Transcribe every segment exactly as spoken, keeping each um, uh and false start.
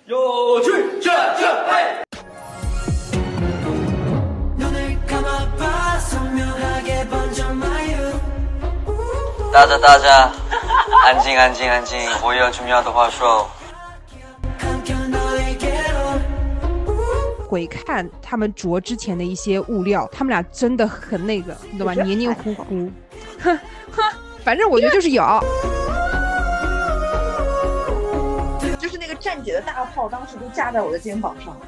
有趣炫炫嘿！ 大家大家，安静安静安静，我有重要的话说。 回看他们着之前的一些物料，他们俩真的很那个，你懂吧？黏黏糊糊，哼哼，反正我觉得就是有。 就是那个站姐的大炮，当时就架在我的肩膀上，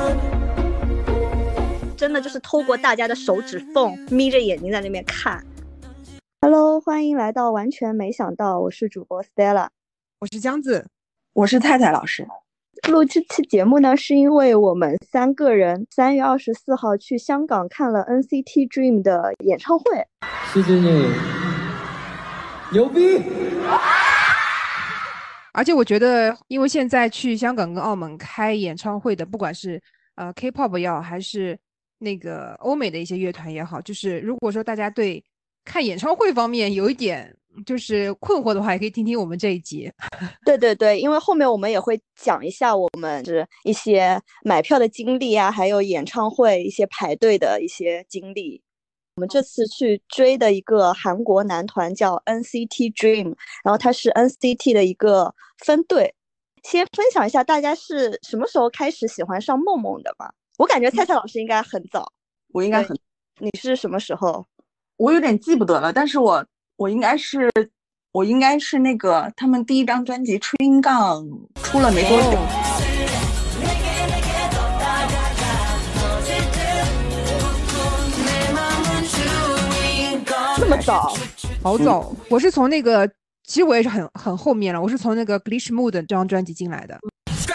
真的就是透过大家的手指缝，眯着眼睛在那边看。 Hello， 欢迎来到完全没想到，我是主播 Stella， 我是江子， 我是太太老师。 录这期节目呢，是因为我们三个人三月二十四号去香港看了 N C T Dream 的演唱会。 谢谢你，牛逼！ 而且我觉得，因为现在去香港跟澳门开演唱会的，不管是呃 K-pop 也好，还是那个欧美的一些乐团也好，就是如果说大家对看演唱会方面有一点就是困惑的话，也可以听听我们这一集。 对对对，因为后面我们也会讲一下我们是一些买票的经历啊，还有演唱会一些排队的一些经历。我们这次去追的一个韩国男团叫 N C T Dream， 然后它是 N C T 的一个分队。先分享一下大家是什么时候开始喜欢上梦梦的吧？我感觉蔡蔡老师应该很早。 我应该很， 你是什么时候？ 我有点记不得了，但是我我应该是我应该是那个他们第一张专辑《Chewing Gum》出了没多久。 这么早？ 好早、嗯！我是从那个，其实我也是很很后面了，我是从那个 Glitch Mood 这张专辑进来的。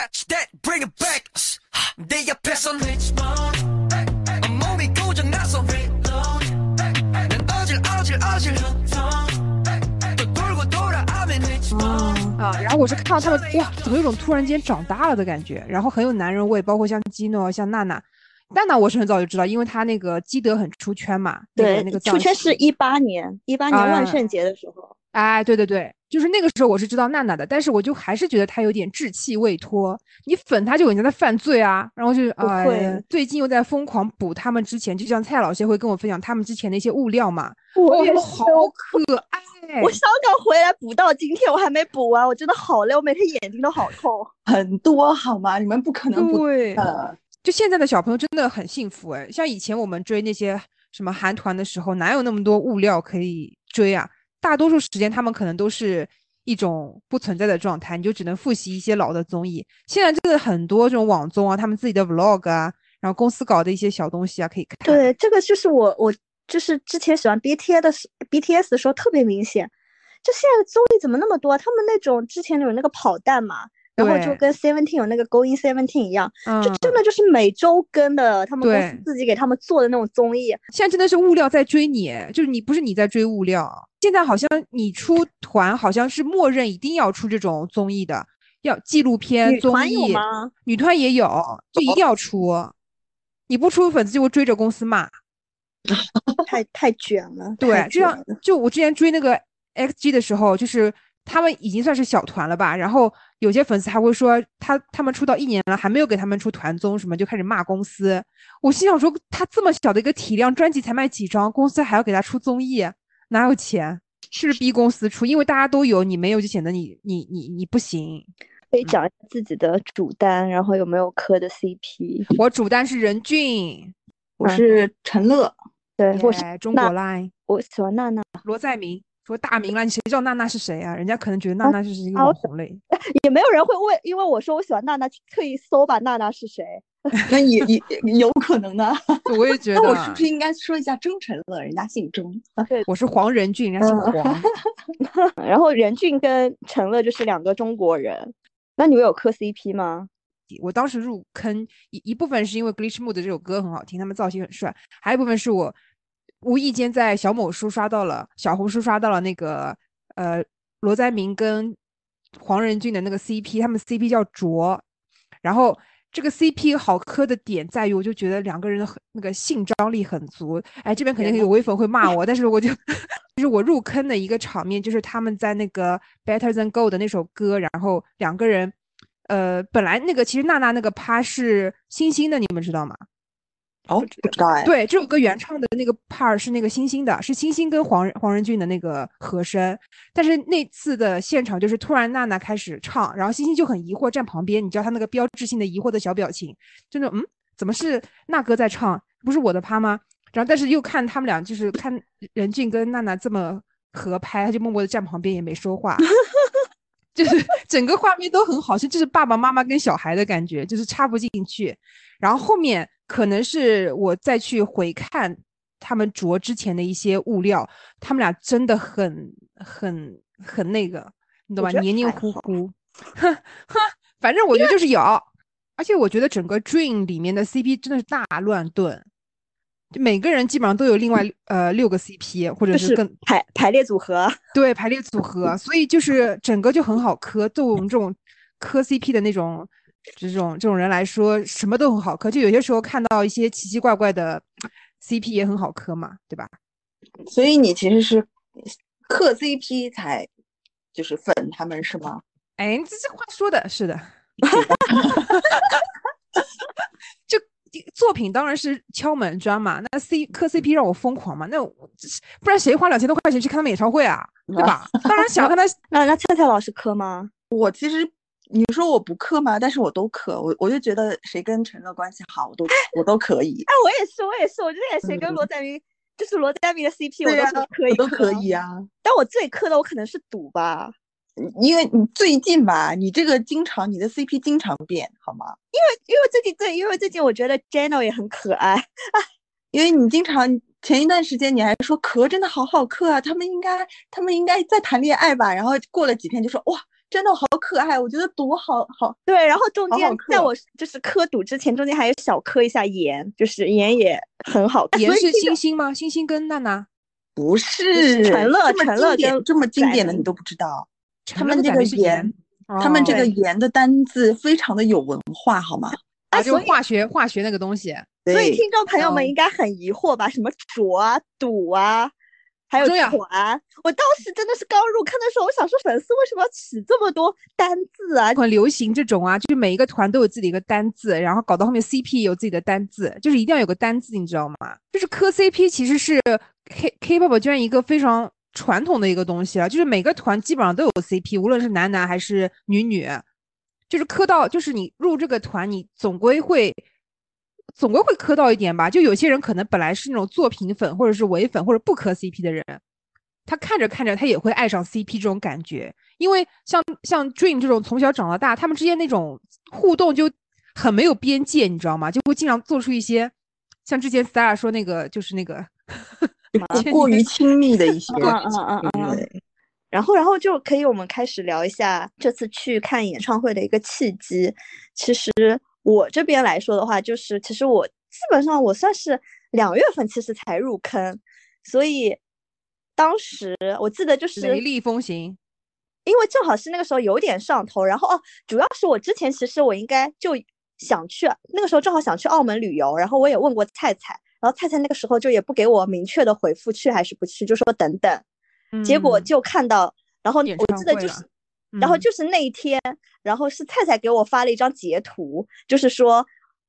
啊，然后我是看到他们，哇，怎么有种突然间长大了的感觉，然后很有男人味，包括像基诺、像娜娜。娜娜我是很早就知道，因为她那个基德很出圈嘛。 对， 那个、那个、 出圈是一八年，一八年万圣节的时候。 哎、啊，对对对，就是那个时候我是知道娜娜的，但是我就还是觉得她有点稚气未脱。你粉她就人家在犯罪啊，然后就啊、呃，最近又在疯狂补他们之前，就像蔡老师会跟我分享他们之前的一些物料嘛。 我也是， 好可爱。 我香港回来补到今天，我还没补完，我真的好累，我每天眼睛都好痛。 很多好吗？你们不可能不对。就现在的小朋友真的很幸福哎，像以前我们追那些什么韩团的时候，哪有那么多物料可以追啊？大多数时间他们可能都是一种不存在的状态，你就只能复习一些老的综艺。现在真的很多这种网综啊，他们自己的 vlog 啊，然后公司搞的一些小东西啊，可以看。 对，这个就是我我就是之前喜欢 B T S 的 B T S 的时候特别明显。就现在的综艺怎么那么多？他们那种之前有那个跑蛋嘛。然后就跟 Seventeen 有那个 Going Seventeen 一样，就真的就是每周更的，他们公司自己给他们做的那种综艺。 现在真的是物料在追你，就是你不是你在追物料。现在好像你出团好像是默认一定要出这种综艺的，要纪录片、综艺。 女团有吗？ 女团也有，就一定要出。哦、你不出，粉丝就会追着公司骂。 太太卷了。 对，这样就我之前追那个 X G 的时候，就是他们已经算是小团了吧，然后。有些粉丝还会说他他们出道一年了还没有给他们出团综什么，就开始骂公司。我心想说他这么小的一个体量，专辑才卖几张，公司还要给他出综艺，哪有钱？是不是逼公司出？因为大家都有，你没有就显得你你你你不行。 可以讲一下自己的主单，然后有没有磕的 C P？ 我主单是任俊， 我是陈乐， 对，我是中国 line， 我喜欢娜娜。 罗在明。说大名了，你谁知道娜娜是谁啊？人家可能觉得娜娜就是一个网红类， 啊、也没有人会问，因为我说我喜欢娜娜，特意搜吧娜娜是谁？ 那也也有可能呢。 我也觉得。 那我是不是应该说一下钟晨乐？人家姓钟。 对， 我是黄仁俊，人家姓黄。 嗯、然后任俊跟陈乐就是两个中国人。那你们有磕 C P 吗？ 我当时入坑一一部分是因为 Glitch Mood 这首歌很好听，他们造型很帅，还有一部分是我。无意间在小某书刷到了，小红书刷到了那个呃罗在明跟黄仁俊的那个 C P， 他们 C P 叫卓，然后这个 C P 好磕的点在于，我就觉得两个人的那个性张力很足。哎，这边肯定有微粉会骂我，但是我就就是我入坑的一个场面，就是他们在那个 Better Than Gold 的那首歌，然后两个人呃，本来那个其实娜娜那个趴是星星的，你们知道吗？ 哦，不知道哎。 对，这首歌原唱的那个 part 是那个星星的，是星星跟黄黄仁俊的那个和声。但是那次的现场就是突然娜娜开始唱，然后星星就很疑惑站旁边，你知道他那个标志性的疑惑的小表情，真的嗯，怎么是娜哥在唱，不是我的趴吗？然后但是又看他们俩就是看仁俊跟娜娜这么合拍，他就默默的站旁边也没说话。就是整个画面都很好，就是爸爸妈妈跟小孩的感觉，就是插不进去。然后后面可能是我再去回看他们着之前的一些物料，他们俩真的很很很那个，你懂吧？黏黏糊糊，哼哼，反正我觉得就是有。而且我觉得整个 Dream 里面的 C P 真的是大乱炖，就每个人基本上都有另外呃六个 C P， 或者是更、 就是、排排列组合， 对，排列组合，所以就是整个就很好磕。对我们这种磕 C P 的那种这种这种人来说，什么都很好磕。就有些时候看到一些奇奇怪怪的 C P 也很好磕嘛，对吧？ 所以你其实是磕 C P 才就是粉他们是吗？ 哎，这这话说的是的。就作品当然是敲门砖嘛，那 C 磕 C P 让我疯狂嘛，那不然谁花两千多块钱去看他们演唱会啊，对吧？当然想看他。 那那菜菜老师磕吗？ 我其实你说我不磕吗？但是我都磕，我我就觉得谁跟陈乐关系好，我都我都可以。 哎，我也是，我也是，我觉得谁跟罗载明、嗯、就是罗载明的 C P 我都是可以磕，我都可以啊。 但我最磕的我可能是赌吧。 因为你最近吧，你这个经常你的 C P 经常变，好吗？ 因为因为最近对，因为最近我觉得 Jeno 也很可爱啊， 因为你经常前一段时间你还说壳真的好好磕啊，他们应该他们应该在谈恋爱吧，然后过了几天就说哇真的好可爱，我觉得赌好好对，然后中间在我就是磕赌之前，中间还有小磕一下盐，就是盐也很好磕。 盐是星星吗？星星跟娜娜不是陈乐，陈乐跟这么经典的你都不知道。他们这个盐， 哦、 他们这个盐的单字非常的有文化，好吗？ 啊，就化学化学那个东西。 所以听众朋友们应该很疑惑吧？什么浊啊、赌啊，还有船。我当时真的是刚入坑的时候，我想说粉丝为什么要起这么多单字啊？ 很流行这种啊，就是每一个团都有自己的一个单字，然后搞到后面 C P 也有自己的单字，就是一定要有个单字，你知道吗？就是磕 C P 其实是 K K-pop 居然一个非常传统的一个东西了，就是每个团基本上都有 C P， 无论是男男还是女女，就是磕到，就是你入这个团，你总归会总归会磕到一点吧。就有些人可能本来是那种作品粉，或者是伪粉，或者不磕 C P 的人，他看着看着他也会爱上 C P 这种感觉，因为像像 Dream 这种从小长到大，他们之间那种互动就很没有边界，你知道吗？就会经常做出一些像之前 Stara 说那个，就是那个。 过于亲密的一些， 嗯嗯嗯嗯，然后然后就可以我们开始聊一下这次去看演唱会的一个契机。其实我这边来说的话，就是其实我基本上我算是两月份其实才入坑，所以当时我记得就是雷厉风行， 因为正好是那个时候有点上头，然后哦，主要是我之前其实我应该就想去，那个时候正好想去澳门旅游，然后我也问过菜菜。然后菜菜那个时候就也不给我明确的回复去还是不去，就说等等、嗯、结果就看到，然后我记得就是、嗯、然后就是那一天，然后是菜菜给我发了一张截图，就是说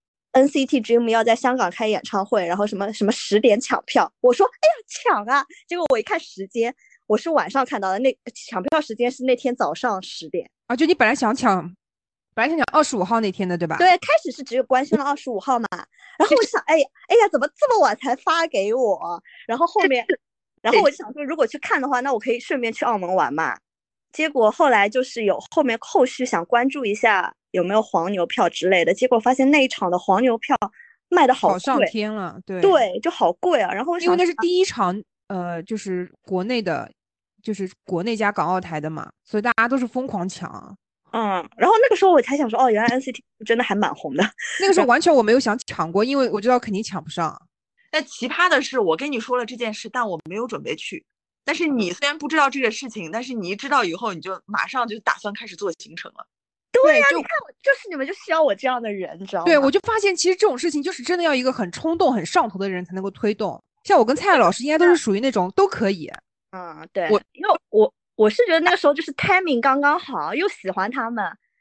N C T Dream 要在香港开演唱会，然后什么什么十点抢票，我说哎呀抢啊，结果我一看时间，我是晚上看到的，那抢票时间是那天早上十点啊，就你本来想抢本来想讲二十五号那天的对吧？ 对，开始是只有官宣了二十五号嘛，然后我想，哎呀，哎呀，怎么这么晚才发给我？然后后面，然后我就想说，如果去看的话，那我可以顺便去澳门玩嘛。结果后来就是有后面后续想关注一下有没有黄牛票之类的，结果发现那一场的黄牛票卖的好贵， 好上天了，对对，就好贵啊。然后我想因为那是第一场，呃，就是国内的，就是国内加港澳台的嘛，所以大家都是疯狂抢。 嗯，然后那个时候我才想说，哦，原来 N C T 真的还蛮红的。 那个时候完全我没有想抢过，因为我知道肯定抢不上。 但奇葩的是，我跟你说了这件事，但我没有准备去。但是你虽然不知道这个事情，但是你一知道以后，你就马上就打算开始做行程了。 对呀、啊，你看我就是你们就需要我这样的人，你知道吗？ 对，我就发现其实这种事情就是真的要一个很冲动、很上头的人才能够推动。像我跟蔡老师应该都是属于那种都可以。 嗯，对，我因为我我是觉得那个时候就是 timing 刚刚好，又喜欢他们，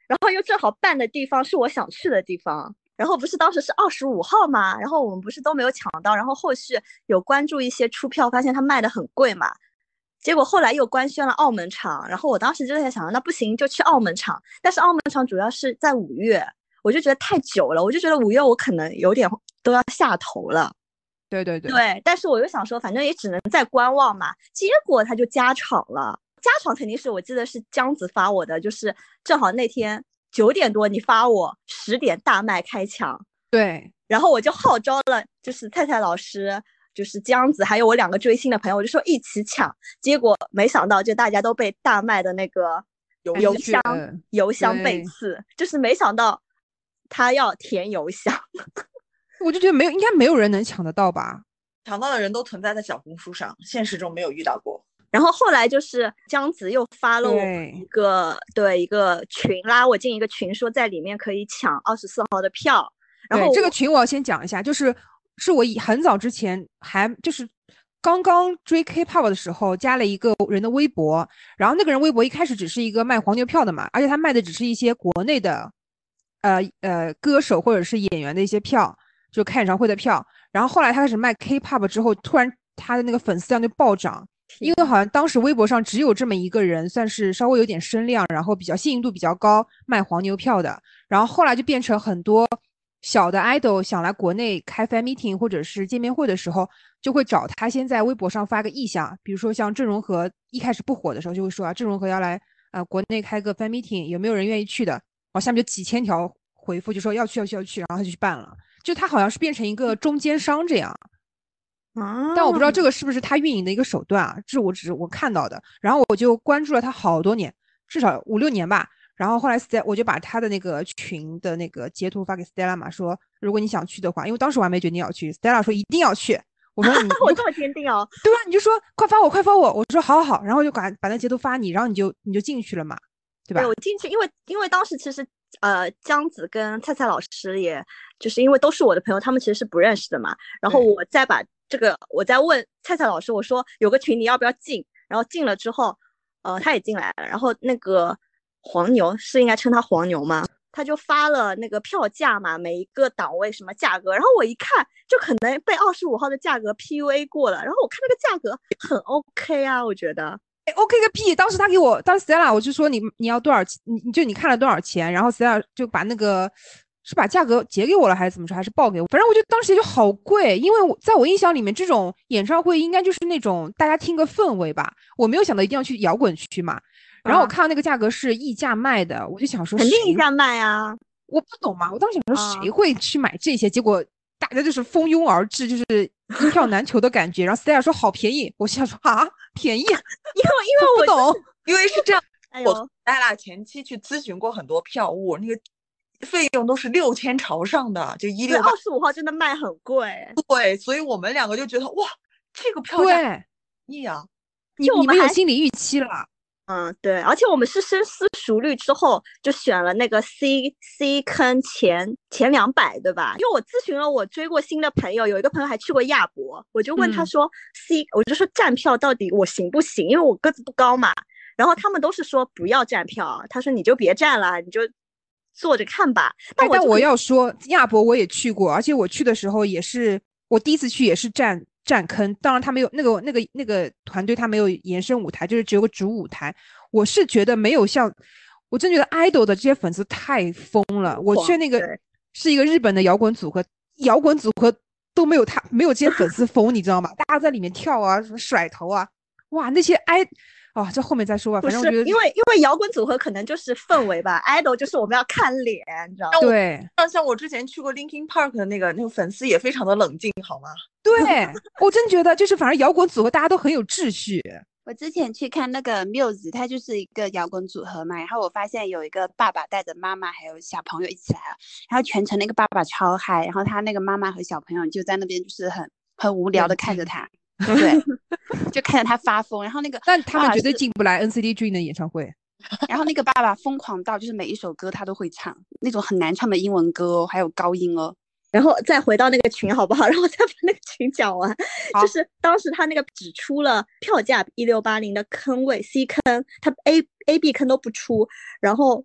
然后又正好办的地方是我想去的地方，然后不是当时是二十五号嘛，然后我们不是都没有抢到，然后后续有关注一些出票，发现它卖的很贵嘛，结果后来又官宣了澳门场，然后我当时就在想，那不行就去澳门场，但是澳门场主要是在五月，我就觉得太久了，我就觉得五月我可能有点都要下头了。 对对对对，但是我又想说，反正也只能再观望嘛。结果他就加场了，加场肯定是我记得是姜子发我的，就是正好那天九点多你发我，十点大卖开抢。 对， 然后我就号召了，就是蔡蔡老师，就是姜子，还有我两个追星的朋友，我就说一起抢。结果没想到，就大家都被大卖的那个邮箱邮箱被刺，就是没想到他要填邮箱。 我就觉得没有，应该没有人能抢得到吧？ 抢到的人都存在在小红书上，现实中没有遇到过。 然后后来就是姜子又发了我一个对一个群，拉我进一个群，说在里面可以抢二十四号的票。然后这个群我要先讲一下，就是是我很早之前还就是刚刚追 K-pop 的时候加了一个人的微博，然后那个人微博一开始只是一个卖黄牛票的嘛，而且他卖的只是一些国内的呃呃歌手或者是演员的一些票。就开演唱会的票，然后后来他开始卖 K-pop 之后，突然他的那个粉丝量就暴涨，因为好像当时微博上只有这么一个人，算是稍微有点声量，然后比较信誉度比较高，卖黄牛票的。然后后来就变成很多小的 idol 想来国内开 fan meeting 或者是见面会的时候，就会找他先在微博上发个意向，比如说像郑容和一开始不火的时候就会说啊，郑容和要来呃国内开个 fan meeting， 有没有人愿意去的？然后下面就几千条回复就说要去要去要去，然后他就去办了。就他好像是变成一个中间商这样， 啊， 但我不知道这个是不是他运营的一个手段啊，这是我只是我看到的。然后我就关注了他好多年，至少五六年吧。然后后来 Stella 我就把他的那个群的那个截图发给 Stella 嘛，说如果你想去的话，因为当时我还没决定要去 ，Stella 说一定要去。我说你我这么坚定哦， 对吧？你就说快发我，快发我。我说好好好，然后就把把那截图发你，然后你就你就进去了嘛，对吧？ 对，我进去，因为因为当时其实呃姜子跟蔡蔡老师也。就是因为都是我的朋友，他们其实是不认识的嘛。然后我再把这个，我再问蔡蔡老师，我说有个群你要不要进？然后进了之后，呃，他也进来了。然后那个黄牛是应该称他黄牛吗？他就发了那个票价嘛，每一个档位什么价格。然后我一看，就可能被二十五号的价格 P U A 过了。然后我看那个价格很 OK 啊，我觉得。 OK 个屁！当时他给我，当时 Stella 我就说你你要多少钱？你就你看了多少钱？然后 Stella 就把那个。是把价格结给我了还是怎么说，还是报给我？反正我就当时就好贵，因为我在我印象里面，这种演唱会应该就是那种大家听个氛围吧。我没有想到一定要去摇滚区嘛。然后我看到那个价格是溢价卖的，我就想说肯定溢价卖啊！ 我不懂嘛，我当时想说谁会去买这些？结果大家就是蜂拥而至，就是一票难求的感觉。然后 Stella 说好便宜，我想说啊便宜，因为因为我不懂， 因为是这样， 哎呦， 我 Stella 前期去咨询过很多票务，那个。费用都是六千朝上的，就一六二十五号真的卖很贵。 对，所以我们两个就觉得哇，这个票价易啊， 你你们有心理预期了。 嗯，对，而且我们是深思熟虑之后就选了那个 C C 坑前前两百，对吧？因为我咨询了我追过星的朋友，有一个朋友还去过亚博，我就问他说、嗯、C， 我就说站票到底我行不行？因为我个子不高嘛。然后他们都是说不要站票，他说你就别站了，你就。坐着看吧，但我、 哎、但我要说，亚博我也去过，而且我去的时候也是，我第一次去也是站站坑，当然他没有那个那个那个团队，他没有延伸舞台，就是只有个主舞台。我是觉得没有像，我真觉得 idol 的这些粉丝太疯了。我去那个是一个日本的摇滚组合，摇滚组合都没有他没有这些粉丝疯，你知道吗？大家在里面跳啊，什么甩头啊，哇，那些 i。哦，这后面再说吧。反正我觉得， 因为因为摇滚组合可能就是氛围吧，idol 就是我们要看脸，你知道吗？ 对， 像像我之前去过 Linkin Park 的那个那个粉丝也非常的冷静，好吗？ 对，我真觉得就是反正摇滚组合大家都很有秩序。 我之前去看那个 Muse， 它就是一个摇滚组合嘛，然后我发现有一个爸爸带着妈妈还有小朋友一起来了，然后全程那个爸爸超嗨，然后他那个妈妈和小朋友就在那边就是很很无聊的看着他。对，就看着他发疯，然后那个， 但他们绝对进不来 N C T Dream 的演唱会。 然后那个爸爸疯狂到就是每一首歌他都会唱，那种很难唱的英文歌哦，还有高音哦。 然后再回到那个群好不好？然后再把那个群讲完。就是当时他那个只出了票价一六八零的坑位 C 坑，他 A A B 坑都不出，然后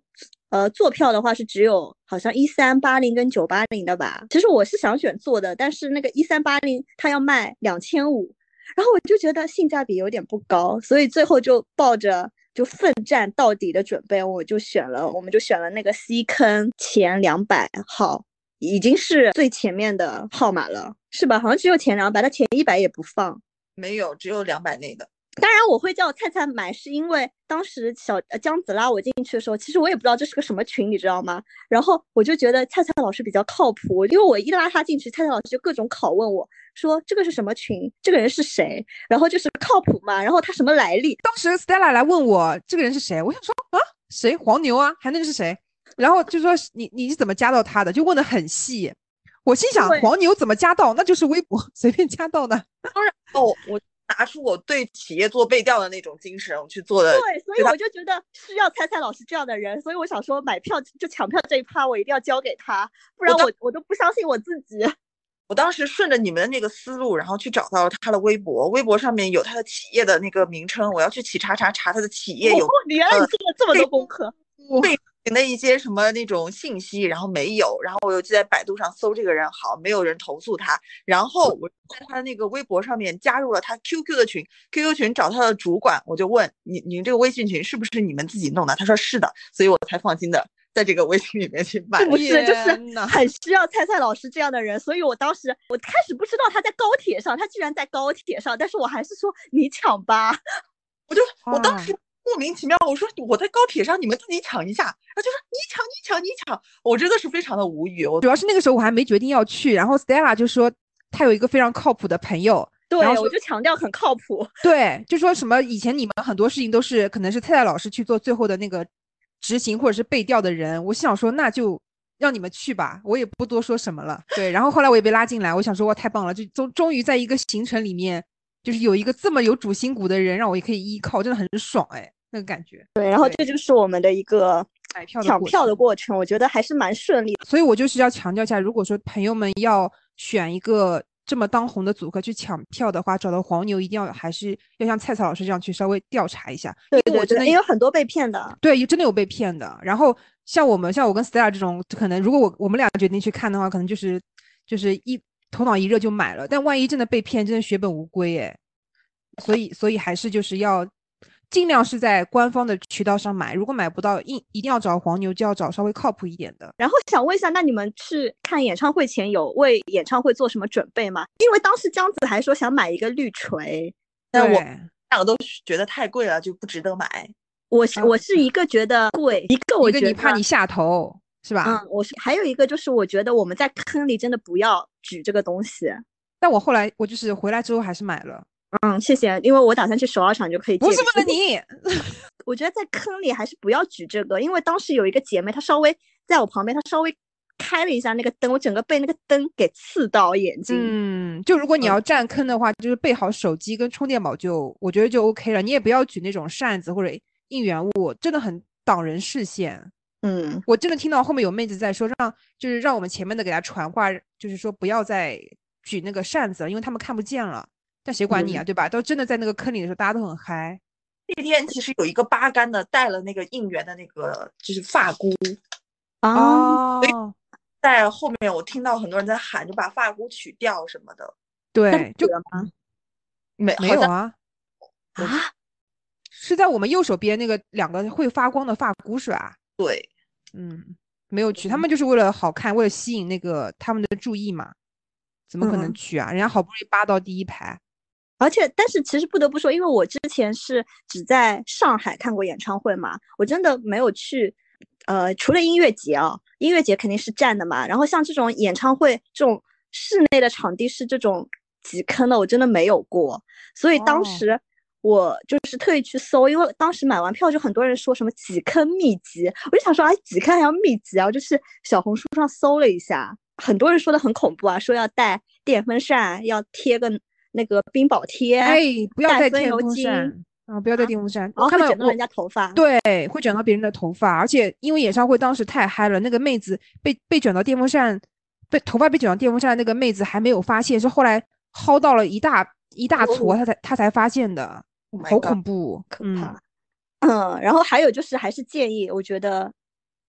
呃，坐票的话是只有好像一三八零跟九八零的吧。其实我是想选坐的，但是那个一三八零它要卖两千五，然后我就觉得性价比有点不高，所以最后就抱着就奋战到底的准备，我就选了，我们就选了那个 C 坑前两百号，已经是最前面的号码了，是吧？好像只有前两百，它前一百也不放。 没有，只有两百内的。 当然我会叫菜菜买，是因为当时小呃姜子拉我进去的时候，其实我也不知道这是个什么群，你知道吗？然后我就觉得菜菜老师比较靠谱，因为我一拉他进去，菜菜老师就各种拷问我说这个是什么群，这个人是谁，然后就是靠谱嘛，然后他什么来历。 当时 Stella 来问我这个人是谁，我想说啊谁黄牛啊，还能是谁？然后就说你你是怎么加到他的，就问得很细。我心想黄牛怎么加到，那就是微博随便加到的。 当然哦，我拿出我对企业做背调的那种精神，我去做的。 对，所以我就觉得需要菜菜老师这样的人，所以我想说买票就抢票这一趴我一定要交给他，不然我我, 我都不相信我自己。 我当时顺着你们的那个思路，然后去找到他的微博，微博上面有他的企业的那个名称，我要去企查查查他的企业有。 哦，你原来你做了这么多功课。 背景的一些什么那种信息，然后没有，然后我又就在百度上搜这个人，好，没有人投诉他，然后我在他的那个微博上面加入了他 Q Q 的群 ，Q Q 群找他的主管，我就问你，你这个微信群是不是你们自己弄的？他说是的，所以我才放心的在这个微信里面去买。 不是，就是很需要菜菜老师这样的人，所以我当时我开始不知道他在高铁上，他居然在高铁上，但是我还是说你抢吧， 我就我当时。莫名其妙，我说我在高铁上，你们自己抢一下，然后就说你抢你抢你抢，我真的是非常的无语。我主要是那个时候我还没决定要去，然后 Stella 就说她有一个非常靠谱的朋友， 对，我就强调很靠谱。 对，就说什么以前你们很多事情都是可能是菜菜老师去做最后的那个执行或者是背调的人，我想说那就让你们去吧，我也不多说什么了。对，然后后来我也被拉进来，我想说哇太棒了，就终终于在一个行程里面，就是有一个这么有主心骨的人让我也可以依靠，真的很爽哎。那个感觉。 对，然后这就是我们的一个买票抢票的过程，我觉得还是蛮顺利的。 所以我就是要强调一下，如果说朋友们要选一个这么当红的组合去抢票的话，找到黄牛一定要还是要像蔡蔡老师这样去稍微调查一下。 对对对，我真的因为很多被骗的。 对，真的有被骗的。然后像我们像我跟 Stella 这种，可能如果我我们俩决定去看的话，可能就是就是一头脑一热就买了，但万一真的被骗，真的血本无归哎。所以所以还是就是要尽量是在官方的渠道上买，如果买不到，一一定要找黄牛，就要找稍微靠谱一点的。 然后想问一下，那你们去看演唱会前有为演唱会做什么准备吗？因为当时姜子还说想买一个绿锤， 但我两个都觉得太贵了，就不值得买。 我是、啊、我是一个觉得贵，一个我觉得一个你怕你下头是吧？ 嗯，我是还有一个就是我觉得我们在坑里真的不要举这个东西。 但我后来我就是回来之后还是买了。 嗯，谢谢，因为我打算去首尔场就可以。 不是为了你， 我觉得在坑里还是不要举这个，因为当时有一个姐妹，她稍微在我旁边，她稍微开了一下那个灯，我整个被那个灯给刺到眼睛。 嗯，就如果你要占坑的话，嗯、就是备好手机跟充电宝就，我觉得就 OK 了。你也不要举那种扇子或者应援物，真的很挡人视线。 嗯， 我真的听到后面有妹子在说，让就是让我们前面的给她传话，就是说不要再举那个扇子了，因为他们看不见了。但谁管你啊，嗯、对吧？都真的在那个坑里的时候，大家都很嗨。 那天其实有一个八竿的带了那个应援的那个就是发箍哦， 所以在后面我听到很多人在喊，就把发箍取掉什么的。 对，就吗？ 没没有啊啊， 是在我们右手边那个两个会发光的发箍是吧？ 对， 嗯，没有取，他们就是为了好看，为了吸引那个他们的注意嘛，怎么可能取啊？嗯、人家好不容易扒到第一排。 而且，但是其实不得不说，因为我之前是只在上海看过演唱会嘛，我真的没有去，呃，除了音乐节啊，音乐节肯定是占的嘛。然后像这种演唱会这种室内的场地是这种挤坑的，我真的没有过。所以当时我就是特意去搜，因为当时买完票就很多人说什么挤坑秘籍，我就想说，哎，挤坑还要秘籍啊？我就是小红书上搜了一下，很多人说的很恐怖啊，说要带电风扇，要贴个。那个冰宝贴， 哎，不要带电风扇啊！不要带电风扇， 然后看到会卷到人家头发， 对，会卷到别人的头发。而且因为演唱会当时太嗨了，那个妹子被被卷到电风扇，被头发被卷到电风扇，那个妹子还没有发现，是后来薅到了一大一大撮，她才她才发现的，好恐怖， 可怕。嗯，然后还有就是还是建议，我觉得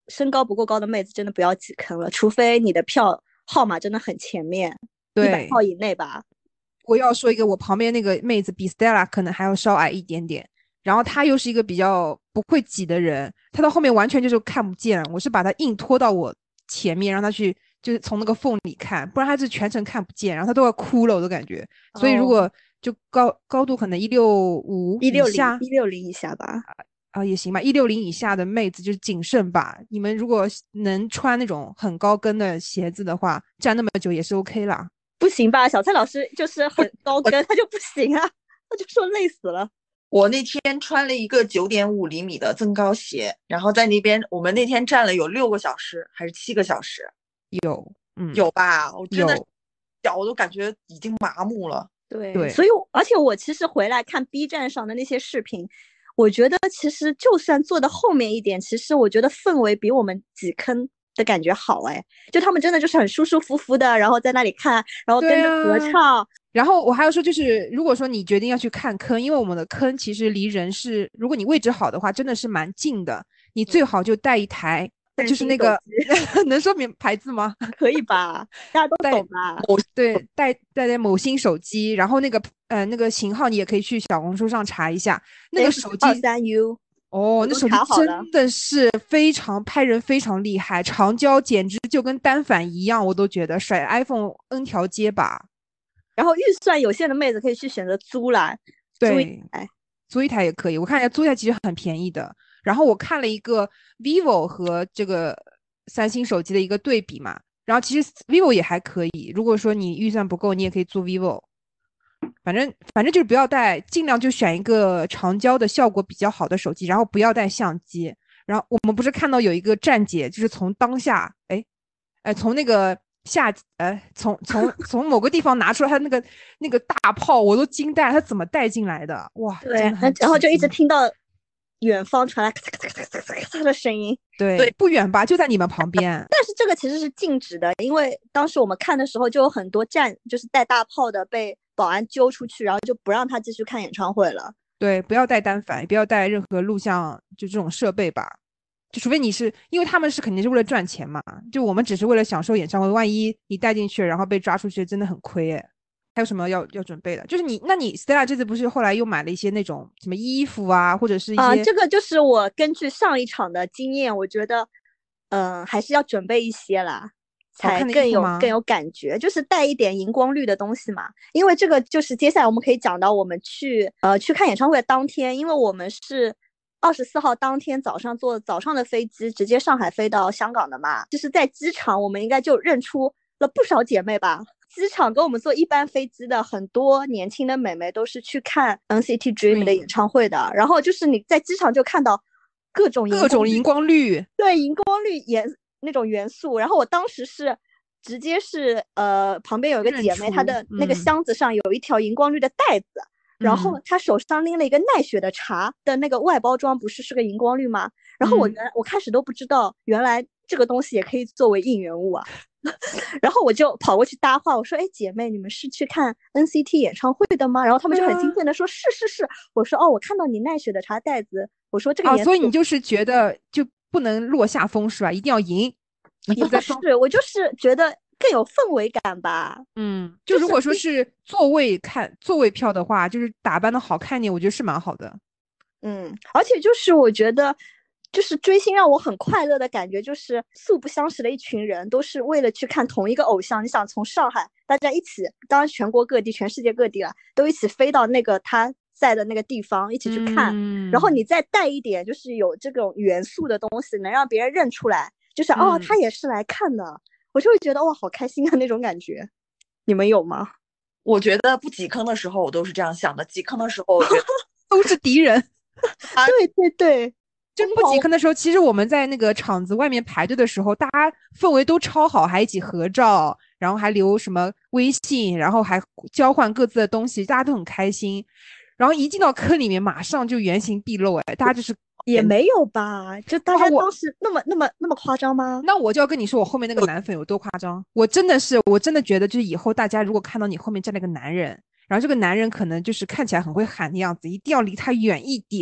身高不够高的妹子真的不要挤坑了，除非你的票号码真的很前面，一百对， 号以内吧。 我要说一个，我旁边那个妹子比 Stella 可能还要稍矮一点点，然后她又是一个比较不会挤的人，她到后面完全就是看不见，我是把她硬拖到我前面，让她去就是从那个缝里看，不然她是全程看不见，然后她都要哭了，我都感觉。所以如果就高高度可能一六五一六零以下一六零以下吧。 啊、也行吧，一六零以下的妹子就是谨慎吧。你们如果能穿那种很高跟的鞋子的话，站那么久也是 OK 啦。 不行吧？小蔡老师就是很高跟，他就不行啊，他就说累死了。 我那天穿了一个九点五厘米的增高鞋，然后在那边我们那天站了有六个小时还是七个小时？ 有，嗯， 有吧？我真的有脚我都感觉已经麻木了。 对， 对所以而且我其实回来看 B 站上的那些视频，我觉得其实就算坐的后面一点，其实我觉得氛围比我们挤坑的感觉好哎，就他们真的就是很舒舒服服的，然后在那里看，然后跟着合唱。 啊、然后我还要说，就是如果说你决定要去看坑，因为我们的坑其实离人是，如果你位置好的话，真的是蛮近的。你最好就带一台，嗯、就是那个能说明牌子吗？ 可以吧，大家都懂吧？ 对，带带带某新手机，然后那个呃那个型号你也可以去小红书上查一下，那个手机二三 U。 哦，那手机真的是非常拍人非常厉害，长焦简直就跟单反一样，我都觉得甩 iPhone N 条街吧。 然后预算有限的妹子可以去选择租啦， 对， 租一台， 租一台也可以。我看一下租一台其实很便宜的。然后我看了一个 vivo 和这个三星手机的一个对比嘛，然后其实 vivo 也还可以。如果说你预算不够，你也可以租 vivo。反正反正就是不要带，尽量就选一个长焦的效果比较好的手机，然后不要带相机。然后我们不是看到有一个站姐，就是从当下，哎，哎，从那个下，呃，从从从某个地方拿出来他那个那个大炮，我都惊呆了，他怎么带进来的？哇， 对，然后就一直听到远方传来咔嚓咔嚓咔嚓咔嚓的声音。 对对，不远吧，就在你们旁边。 但是这个其实是禁止的，因为当时我们看的时候，就有很多站就是带大炮的被保安揪出去，然后就不让他继续看演唱会了。 对，不要带单反，也不要带任何录像就这种设备吧。就除非你是，因为他们是肯定是为了赚钱嘛，就我们只是为了享受演唱会，万一你带进去然后被抓出去，真的很亏哎。还有什么要要准备的？就是你，那你 Stella 这次不是后来又买了一些那种什么衣服啊，或者是一些啊、呃，这个就是我根据上一场的经验，我觉得，嗯、呃，还是要准备一些啦，才更有更有感觉，就是带一点荧光绿的东西嘛。因为这个就是接下来我们可以讲到我们去呃去看演唱会的当天，因为我们是二十四号当天早上坐早上的飞机直接上海飞到香港的嘛，就是在机场我们应该就认出了不少姐妹吧。机场跟我们坐一班飞机的很多年轻的美眉都是去看 N C T Dream 的演唱会的、嗯、然后就是你在机场就看到各种各种荧光绿， 对，荧光绿元那种元素。然后我当时是直接是呃旁边有一个姐妹，她的那个箱子上有一条荧光绿的带子、嗯、然后她手上拎了一个奈雪的茶的那个外包装，不是是个荧光绿吗？然后我原来、嗯、我开始都不知道原来这个东西也可以作为应援物啊然后我就跑过去搭话，我说：“哎，姐妹，你们是去看 N C T 演唱会的吗？”然后他们就很兴奋的说：“是是是。”我说：“哦，我看到你奈雪的茶袋子。”我说：“这个颜色。” 啊，所以你就是觉得就不能落下风是吧？一定要赢。 也不是，我就是觉得更有氛围感吧。 嗯，就如果说是座位看座位票的话，就是打扮的好看点，我觉得是蛮好的。 嗯，而且就是我觉得。就是追星让我很快乐的感觉，就是素不相识的一群人都是为了去看同一个偶像。你想从上海大家一起，当然全国各地全世界各地了，都一起飞到那个他在的那个地方一起去看、嗯、然后你再带一点就是有这种元素的东西，能让别人认出来，就是哦、嗯、他也是来看的，我就会觉得哇好开心啊那种感觉。你们有吗？ 我觉得不挤坑的时候我都是这样想的，挤坑的时候我觉得都是敌人啊对对对， 真不挤坑的时候，其实我们在那个场子外面排队的时候，大家氛围都超好，还一起合照，然后还留什么微信，然后还交换各自的东西，大家都很开心。然后一进到坑里面，马上就原形毕露，哎，大家就是也没有吧？就大家当时那么、啊、那么那么夸张吗？ 那我就要跟你说，我后面那个男粉有多夸张。我真的是，我真的觉得，就是以后大家如果看到你后面站了个男人，然后这个男人可能就是看起来很会喊的样子，一定要离他远一点。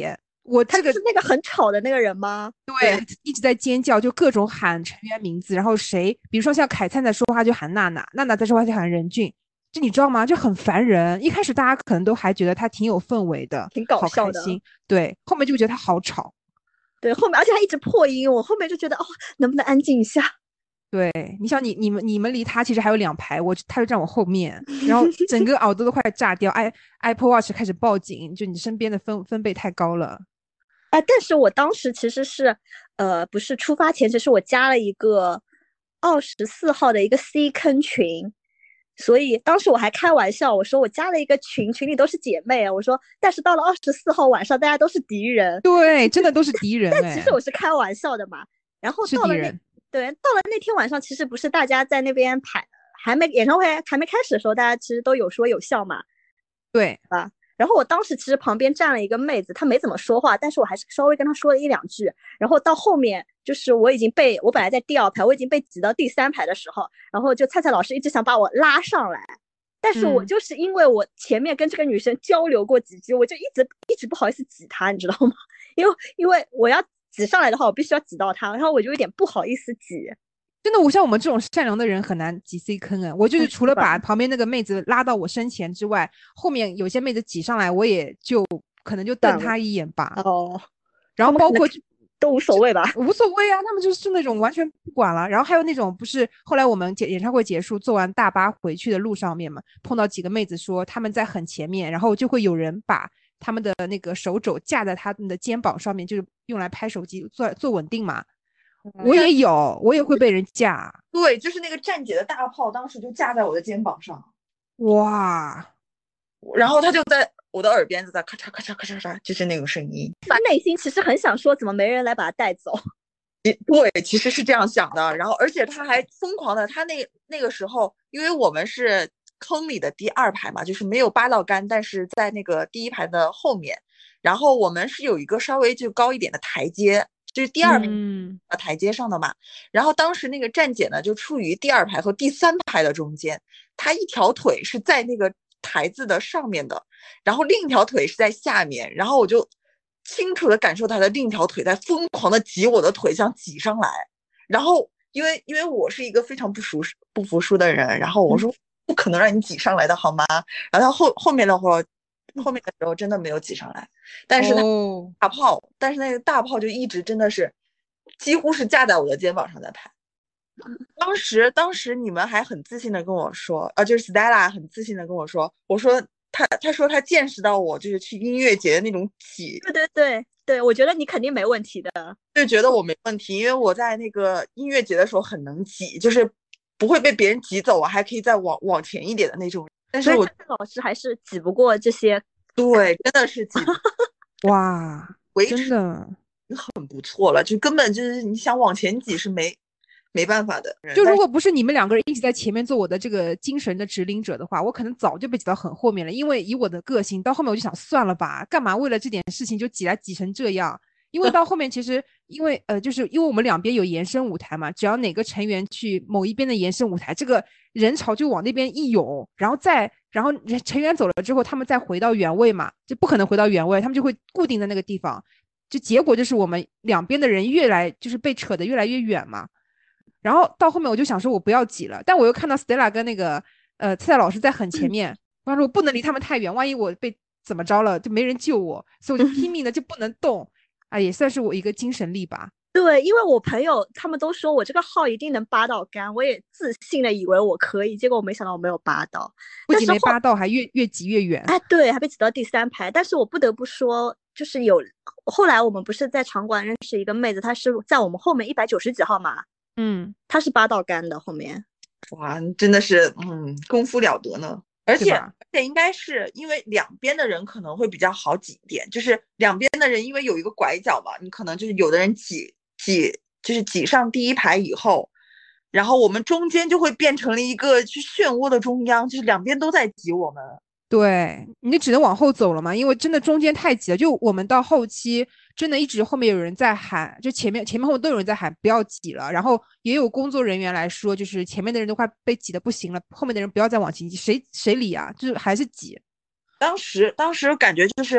我这个他是那个很吵的那个人吗？ 对，一直在尖叫，就各种喊成员名字，然后谁，比如说像凯灿在说话就喊娜娜，娜娜在说话就喊任俊，这你知道吗？就很烦人。一开始大家可能都还觉得他挺有氛围的， 挺搞笑的， 好开心，对，后面就觉得他好吵。 对，后面而且他一直破音，我后面就觉得哦，能不能安静一下？ 对，你想你你们你们离他其实还有两排，我他就站我后面，然后整个耳朵都快炸掉，i Apple Watch 开始报警，就你身边的分分贝太高了。 哎，但是我当时其实是，呃，不是出发前，其实我加了一个二十四号的一个 C 坑群，所以当时我还开玩笑，我说我加了一个群，群里都是姐妹啊，我说，但是到了二十四号晚上，大家都是敌人。 对，真的都是敌人。 但其实我是开玩笑的嘛。然后到了那，对，到了那天晚上，其实不是大家在那边排，还没演唱会还没开始的时候，大家其实都有说有笑嘛。 对啊。然后我当时其实旁边站了一个妹子，她没怎么说话，但是我还是稍微跟她说了一两句。然后到后面就是我已经被我本来在第二排，我已经被挤到第三排的时候，然后就菜菜老师一直想把我拉上来，但是我就是因为我前面跟这个女生交流过几句，我就一直一直不好意思挤她，你知道吗？因为因为我要挤上来的话，我必须要挤到她，然后我就有点不好意思挤。 真的，我像我们这种善良的人很难挤 C 坑啊！我就是除了把旁边那个妹子拉到我身前之外，后面有些妹子挤上来，我也就可能就瞪她一眼吧。 哦， 然后包括都无所谓吧？ 无所谓啊，他们就是那种完全不管了。然后还有那种不是后来我们演唱会结束坐完大巴回去的路上面嘛，碰到几个妹子说他们在很前面，然后就会有人把他们的那个手肘架在他们的肩膀上面，就是用来拍手机做做稳定嘛。我也有，我也会被人架。 对，就是那个站姐的大炮，当时就架在我的肩膀上， 哇！ 然后他就在我的耳边，在咔嚓咔嚓咔嚓嚓，就是那个声音。 他内心其实很想说，怎么没人来把他带走？ 对，其实是这样想的。然后，而且他还疯狂的，他那那个时候，因为我们是坑里的第二排嘛，就是没有扒到杆，但是在那个第一排的后面，然后我们是有一个稍微就高一点的台阶。就是第二排台阶上的嘛、嗯、然后当时那个站姐呢就处于第二排和第三排的中间，她一条腿是在那个台子的上面的，然后另一条腿是在下面，然后我就清楚的感受她的另一条腿在疯狂的挤我的腿，想挤上来。然后因为因为我是一个非常不熟不服输的人，然后我说不可能让你挤上来的好吗？然后后后面的话后面的时候真的没有挤上来，但是他大炮、哦、但是那个大炮就一直真的是几乎是架在我的肩膀上在拍。当时当时你们还很自信的跟我说，呃，就是 Stella 很自信的跟我说，我说他他说他见识到我就是去音乐节的那种挤。 对对对对，我觉得你肯定没问题的。 就觉得我没问题，因为我在那个音乐节的时候很能挤，就是不会被别人挤走，我还可以再往往前一点的那种。但是我老师还是挤不过这些。 对，真的是挤哇，真的很不错了，就根本就是你想往前挤是没没办法的。 就如果不是你们两个人一起在前面做我的这个精神的指领者的话，我可能早就被挤到很后面了。因为以我的个性，到后面我就想算了吧，干嘛为了这点事情就挤来挤成这样？因为到后面其实因为呃，就是因为我们两边有延伸舞台嘛，只要哪个成员去某一边的延伸舞台，这个人潮就往那边一涌，然后再然后成员走了之后，他们再回到原位嘛，就不可能回到原位，他们就会固定在那个地方，就结果就是我们两边的人越来就是被扯得越来越远嘛。然后到后面我就想说我不要挤了，但我又看到 Stella 跟那个呃蔡老师在很前面，我说我不能离他们太远，万一我被怎么着了就没人救我，所以我就拼命的就不能动。啊，也算是我一个精神力吧。 对，因为我朋友他们都说我这个号一定能扒到杆，我也自信的以为我可以，结果我没想到我没有扒到， 不仅没扒到，还越越挤越远。 哎，对，还被挤到第三排。但是我不得不说，就是有后来我们不是在场馆认识一个妹子，她是在我们后面一百九十几号嘛， 嗯， 她是扒到杆的后面。 哇，真的是嗯功夫了得呢。而且而且应该是因为两边的人可能会比较好挤一点，就是两边的人因为有一个拐角嘛，你可能就是有的人挤挤就是挤上第一排以后，然后我们中间就会变成了一个去漩涡的中央，就是两边都在挤我们。 对，你就只能往后走了嘛，因为真的中间太挤了。就我们到后期真的一直后面有人在喊，就前面前面后面都有人在喊不要挤了，然后也有工作人员来说，就是前面的人都快被挤得不行了，后面的人不要再往前挤，谁谁理啊，就是还是挤。 当时当时感觉就是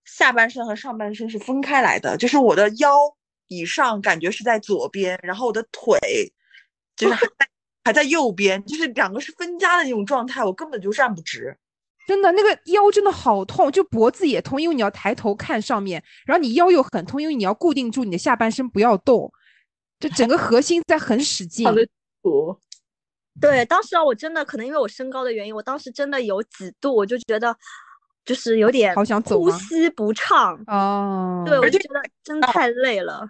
下半身和上半身是分开来的，就是我的腰以上感觉是在左边，然后我的腿就是还在还在右边，就是两个是分家的那种状态，我根本就站不直。 真的那个腰真的好痛，就脖子也痛，因为你要抬头看上面，然后你腰又很痛，因为你要固定住你的下半身不要动，就整个核心在很使劲。 好的，我对，当时啊，我真的可能因为我身高的原因，我当时真的有几度，我就觉得就是有点好想走呼吸不畅。 哦， 对，我就觉得真太累了。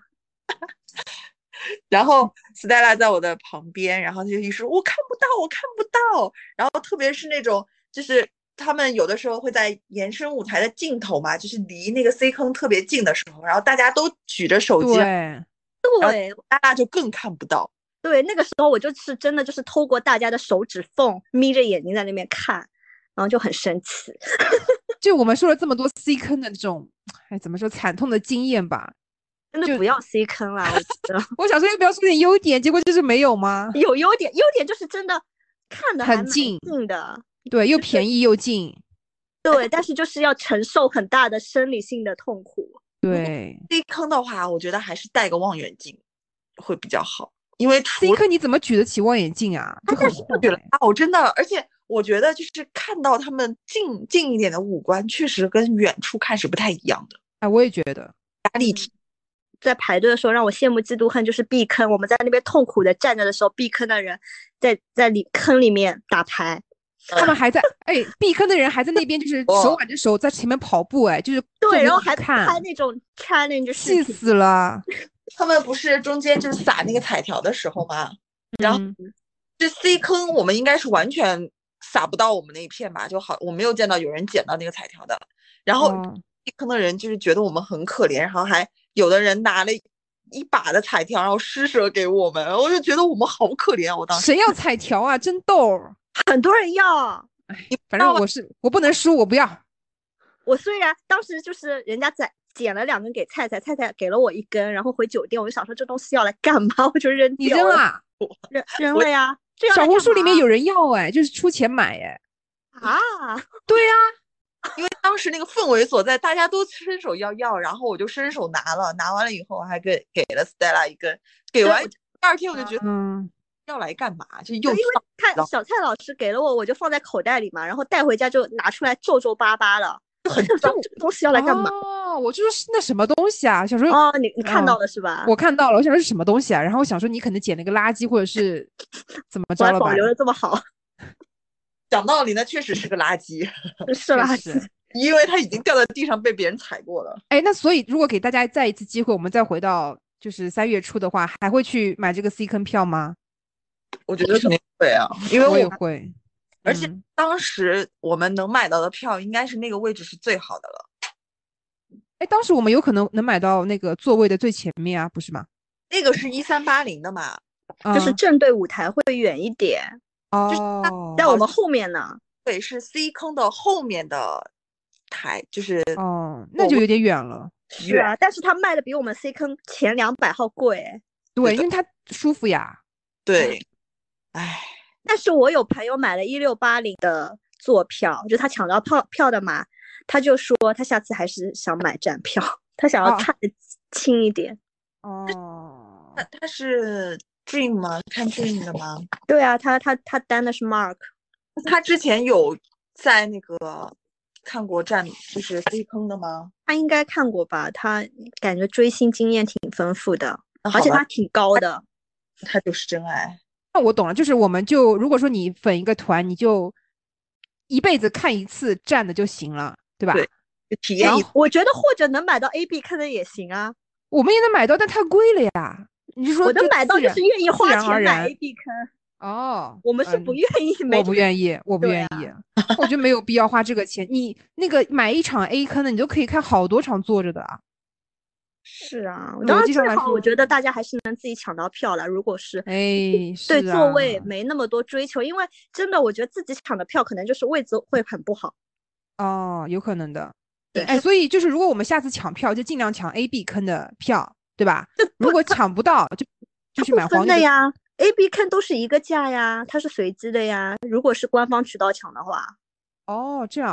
然后 Stella 在我的旁边，然后就一说我看不到，我看不到。然后特别是那种就是他们有的时候会在延伸舞台的尽头嘛，就是离那个 C 坑特别近的时候，然后大家都举着手机， 对对， 大家就更看不到。 对，那个时候我就是真的就是透过大家的手指缝，眯着眼睛在那边看，然后就很生气。 就我们说了这么多 C 坑的这种，哎，怎么说惨痛的经验吧， 真的不要 C 坑啦，我觉得。 我想说要不要说点优点，结果就是没有吗？ 有优点，优点就是真的看的还蛮很近近的， 对，又便宜又近。 对，但是就是要承受很大的生理性的痛苦。 对 C 坑的话，我觉得还是带个望远镜会比较好，因为除 ，C 坑你怎么举得起望远镜啊？就很厚举了哎。 啊，我真的，而且我觉得就是看到他们近近一点的五官，确实跟远处看是不太一样的。 哎，我也觉得压力体。 在排队的时候，让我羡慕嫉妒恨，就是避坑。我们在那边痛苦的站着的时候，避坑的人在在里坑里面打牌。 他们还在哎，避坑的人还在那边，就是手挽着手在前面跑步，哎，就是对，然后还看拍那种 challenge 视气频。 死了。 他们不是中间就是撒那个彩条的时候吗？然后嗯这 C 坑我们应该是完全撒不到我们那一片吧，就好，我没有见到有人捡到那个彩条的。然后哦 C 坑的人就是觉得我们很可怜，然后还有的人拿了一把的彩条，然后施舍给我们，我就觉得我们好可怜啊！我当时谁要彩条啊？真逗。 很多人要。 反正我是我不能输，我不要。 我虽然当时就是人家在捡了两根给菜菜，菜菜给了我一根，然后回酒店我就想说这东西要来干嘛，我就扔你掉了。 扔啊？ 扔扔了呀。这样小红书里面有人人要哎，就是出钱买哎。 啊？ 对呀、 因为当时那个氛围所在，大家都伸手要要，然后我就伸手拿了，拿完了以后还给给了 Stella 一根，给完第二天我就觉得嗯， 要来干嘛？就又因为看小蔡老师给了我，我就放在口袋里嘛，然后带回家就拿出来皱皱巴巴了， 很脏。这个东西要来干嘛？ 哦，我就说是那什么东西啊？小时候哦，你你看到了是吧？ 我看到了，我想说是什么东西啊？然后我想说你可能捡了个垃圾，或者是怎么着了吧？ 我还保留的这么好。 讲道理，那确实是个垃圾， 是垃圾。 因为它已经掉在地上被别人踩过了。 哎，那所以如果给大家再一次机会，我们再回到就是三月初的话，还会去买这个 C 坑票吗？ 我觉得肯定会啊，因为我也我会， 而且嗯当时我们能买到的票，应该是那个位置是最好的了。 哎，当时我们有可能能买到那个座位的最前面啊，不是吗？ 那个是一三八零的嘛， 就是嗯正对舞台会远一点， 哦， 在我们后面呢。 对，是 C 坑的后面的台，就是哦，那就有点远了。 是啊，但是他卖的比我们 C 坑前两百号贵。 对，因为它舒服呀。 对，唉， 但是我有朋友买了一六八零的坐票，就他抢到票票的嘛，他就说他下次还是想买站票，他想要看得轻一点。 哦， 他他是 Dream 吗？看 Dream 的吗？ 对啊，他他他单的是 Mark。 他之前有在那个看过站，就是 C 坑的吗？ 他应该看过吧，他感觉追星经验挺丰富的，而且他挺高的。 他就是真爱。 那我懂了，就是我们就如果说你粉一个团，你就一辈子看一次站的就行了，对吧？ 对，就体验一。 我觉得或者能买到 A B 看的也行啊。 我们也能买到，但太贵了呀。你是说我能买到就是愿意花钱买 A B 坑。 哦， 我们是不愿意、 嗯，我不愿意，我不愿意，啊、我觉得没有必要花这个钱。你那个买一场 A 坑的，你就可以看好多场坐着的啊。 是啊，当然最好，我觉得大家还是能自己抢到票了。如果是哎， 对座位没那么多追求，因为真的，我觉得自己抢的票可能就是位置会很不好。 哦，有可能的。哎，所以就是如果我们下次抢票，就尽量抢 A、B 坑的票，对吧？如果抢不到，就就去买黄牛的呀。A、B 坑都是一个价呀，它是随机的呀。如果是官方渠道抢的话， 哦，这样，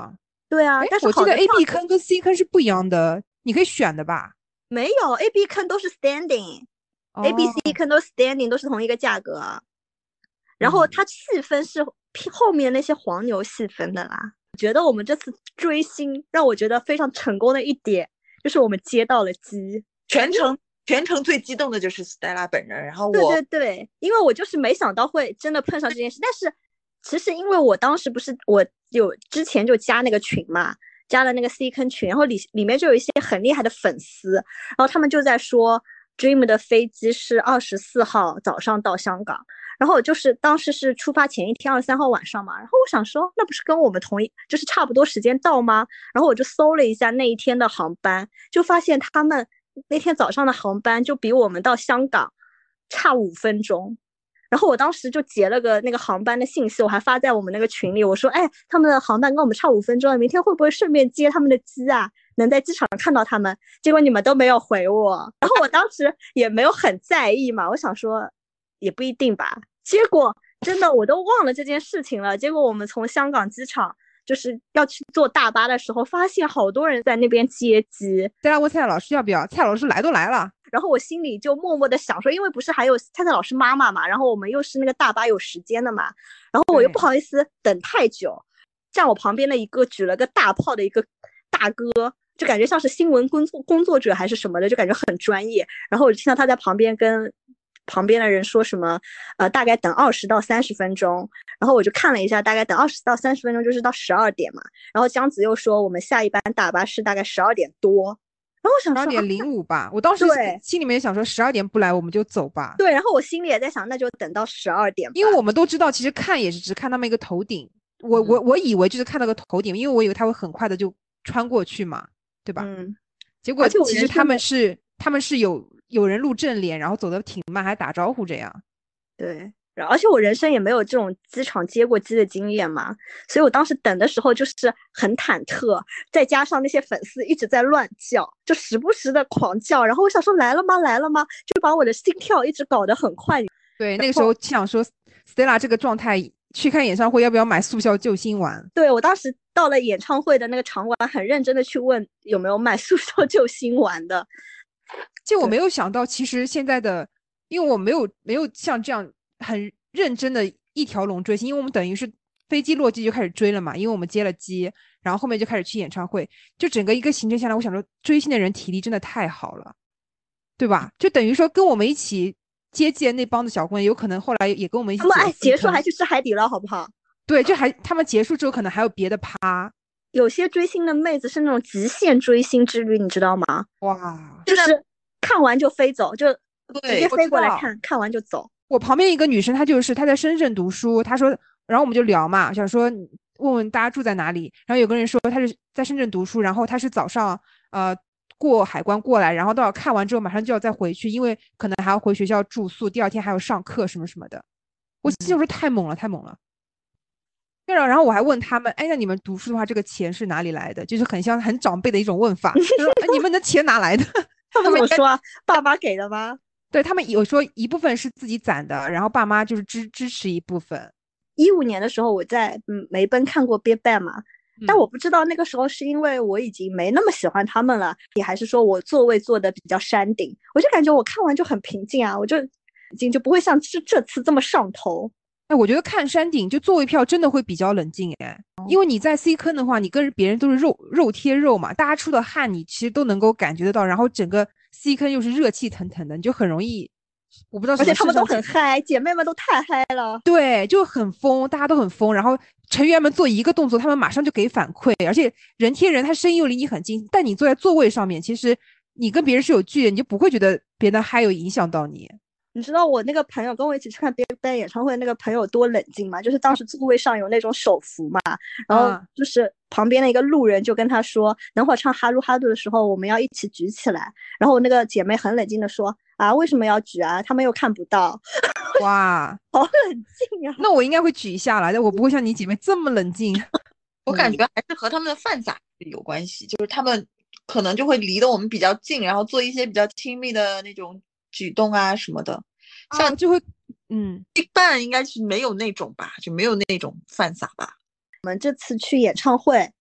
对啊， 哎， 但是我记得 A 好的票 B 坑跟 C 坑是不一样的，你可以选的吧？ 没有 A B 坑都是 standing，A、 哦 B、C 坑都是 standing，都是同一个价格啊。然后它细分是后面那些黄牛细分的啦。我觉得我们这次追星让我觉得非常成功的一点就是我们接到了机， 全程全程最激动的就是 Stella 本人，然后我对对对，因为我就是没想到会真的碰上这件事，但是其实因为我当时不是我有之前就加那个群嘛，加了那个 C 坑群，然后里里面就有一些很厉害的粉丝，然后他们就在说 Dream 的飞机是二十四号早上到香港，然后我就是当时是出发前一天二十三号晚上嘛，然后我想说那不是跟我们同一就是差不多时间到吗？然后我就搜了一下那一天的航班，就发现他们那天早上的航班就比我们到香港差五分钟。然后我当时就截了个那个航班的信息，我还发在我们那个群里，我说哎，他们的航班跟我们差五分钟，明天会不会顺便接他们的机啊，能在机场看到他们？结果你们都没有回我，然后我当时也没有很在意嘛，我想说也不一定吧，结果真的我都忘了这件事情了。结果我们从香港机场就是要去坐大巴的时候，发现好多人在那边接机。 再来问蔡老师要不要，蔡老师来都来了， 然后我心里就默默的想说，因为不是还有蔡蔡老师妈妈嘛，然后我们又是那个大巴有时间的嘛，然后我又不好意思等太久，站我旁边的一个举了个大炮的一个大哥，就感觉像是新闻工作工作者还是什么的，就感觉很专业。然后我就听到他在旁边跟旁边的人说什么，呃，大概等二十到三十分钟。然后我就看了一下，大概等二十到三十分钟就是到十二点嘛。然后江子又说我们下一班大巴是大概十二点多。然后我想说十二点零五吧，我当时心里面想说十二点不来我们就走吧。 对，然后我心里也在想，那就等到十二点吧。 因为我们都知道，其实看也是只看他们一个头顶。我、嗯、我我以为就是看到个头顶，因为我以为他会很快的就穿过去嘛，对吧？ 嗯。 结果其实他们是他们是有有人录正脸，然后走得挺慢，还打招呼这样。 对。而且我人生也没有这种机场接过机的经验嘛，所以我当时等的时候就是很忐忑，再加上那些粉丝一直在乱叫，就时不时的狂叫，然后我想说来了吗来了吗，就把我的心跳一直搞得很快。 对，那个时候想说 Stella 这个状态去看演唱会要不要买速效救心丸。 对，我当时到了演唱会的那个场馆，很认真的去问有没有卖速效救心丸的。 就我没有想到其实现在的，因为我没有没有像这样很认真的一条龙追星，因为我们等于是飞机落机就开始追了嘛，因为我们接了机，然后后面就开始去演唱会，就整个一个行程下来，我想说追星的人体力真的太好了，对吧？就等于说跟我们一起接机的那帮的小姑娘，有可能后来也跟我们一起。 他们哎，结束还去吃海底捞，好不好？ 对，就还他们结束之后可能还有别的趴。 有些追星的妹子是那种极限追星之旅，你知道吗？ 哇， 就是看完就飞走，就直接飞过来看，看完就走。 我旁边一个女生，她就是她在深圳读书，她说，然后我们就聊嘛，想说问问大家住在哪里。然后有个人说她是在深圳读书，然后她是早上呃过海关过来，然后到看完之后马上就要再回去，因为可能还要回学校住宿，第二天还要上课什么什么的。我心想说太猛了，太猛了。然后我还问他们，哎，那你们读书的话，这个钱是哪里来的？就是很像很长辈的一种问法，就说哎，你们的钱哪来的？ 他们怎么说啊？爸妈给的吗？ 对，他们有说一部分是自己攒的，然后爸妈就是支支持一部分。 一五年的时候我在嗯梅奔看过 BigBang 嘛，嗯、但我不知道那个时候是因为我已经没那么喜欢他们了，也还是说我座位坐的比较山顶，我就感觉我看完就很平静啊，我就已经就不会像这这次这么上头。 哎，我觉得看山顶就座位票真的会比较冷静哎，因为你在 C 坑的话，你跟别人都是肉肉贴肉嘛，大家出的汗你其实都能够感觉得到，然后整个 C 坑又是热气腾腾的，你就很容易，我不知道什么。 而且他们都很嗨，姐妹们都太嗨了。 对，就很疯，大家都很疯，然后成员们做一个动作，他们马上就给反馈，而且人贴人，他声音又离你很近，但你坐在座位上面，其实你跟别人是有距离，你就不会觉得别的嗨有影响到你。 你知道我那个朋友跟我一起去看 BigBang 演唱会那个朋友多冷静吗？就是当时座位上有那种手扶嘛，然后就是旁边的一个路人就跟他说，等会儿唱哈鲁哈鲁的时候我们要一起举起来。然后我那个姐妹很冷静的说，啊，为什么要举啊？他们又看不到。 哇， 好冷静啊！ 那我应该会举一下来，但我不会像你姐妹这么冷静。 我感觉还是和他们的饭撒有关系，就是他们可能就会离得我们比较近，然后做一些比较亲密的那种举动啊什么的，像、 啊、就会嗯 ，BigBang 应该是没有那种吧，就没有那种饭撒吧。 我们这次去演唱会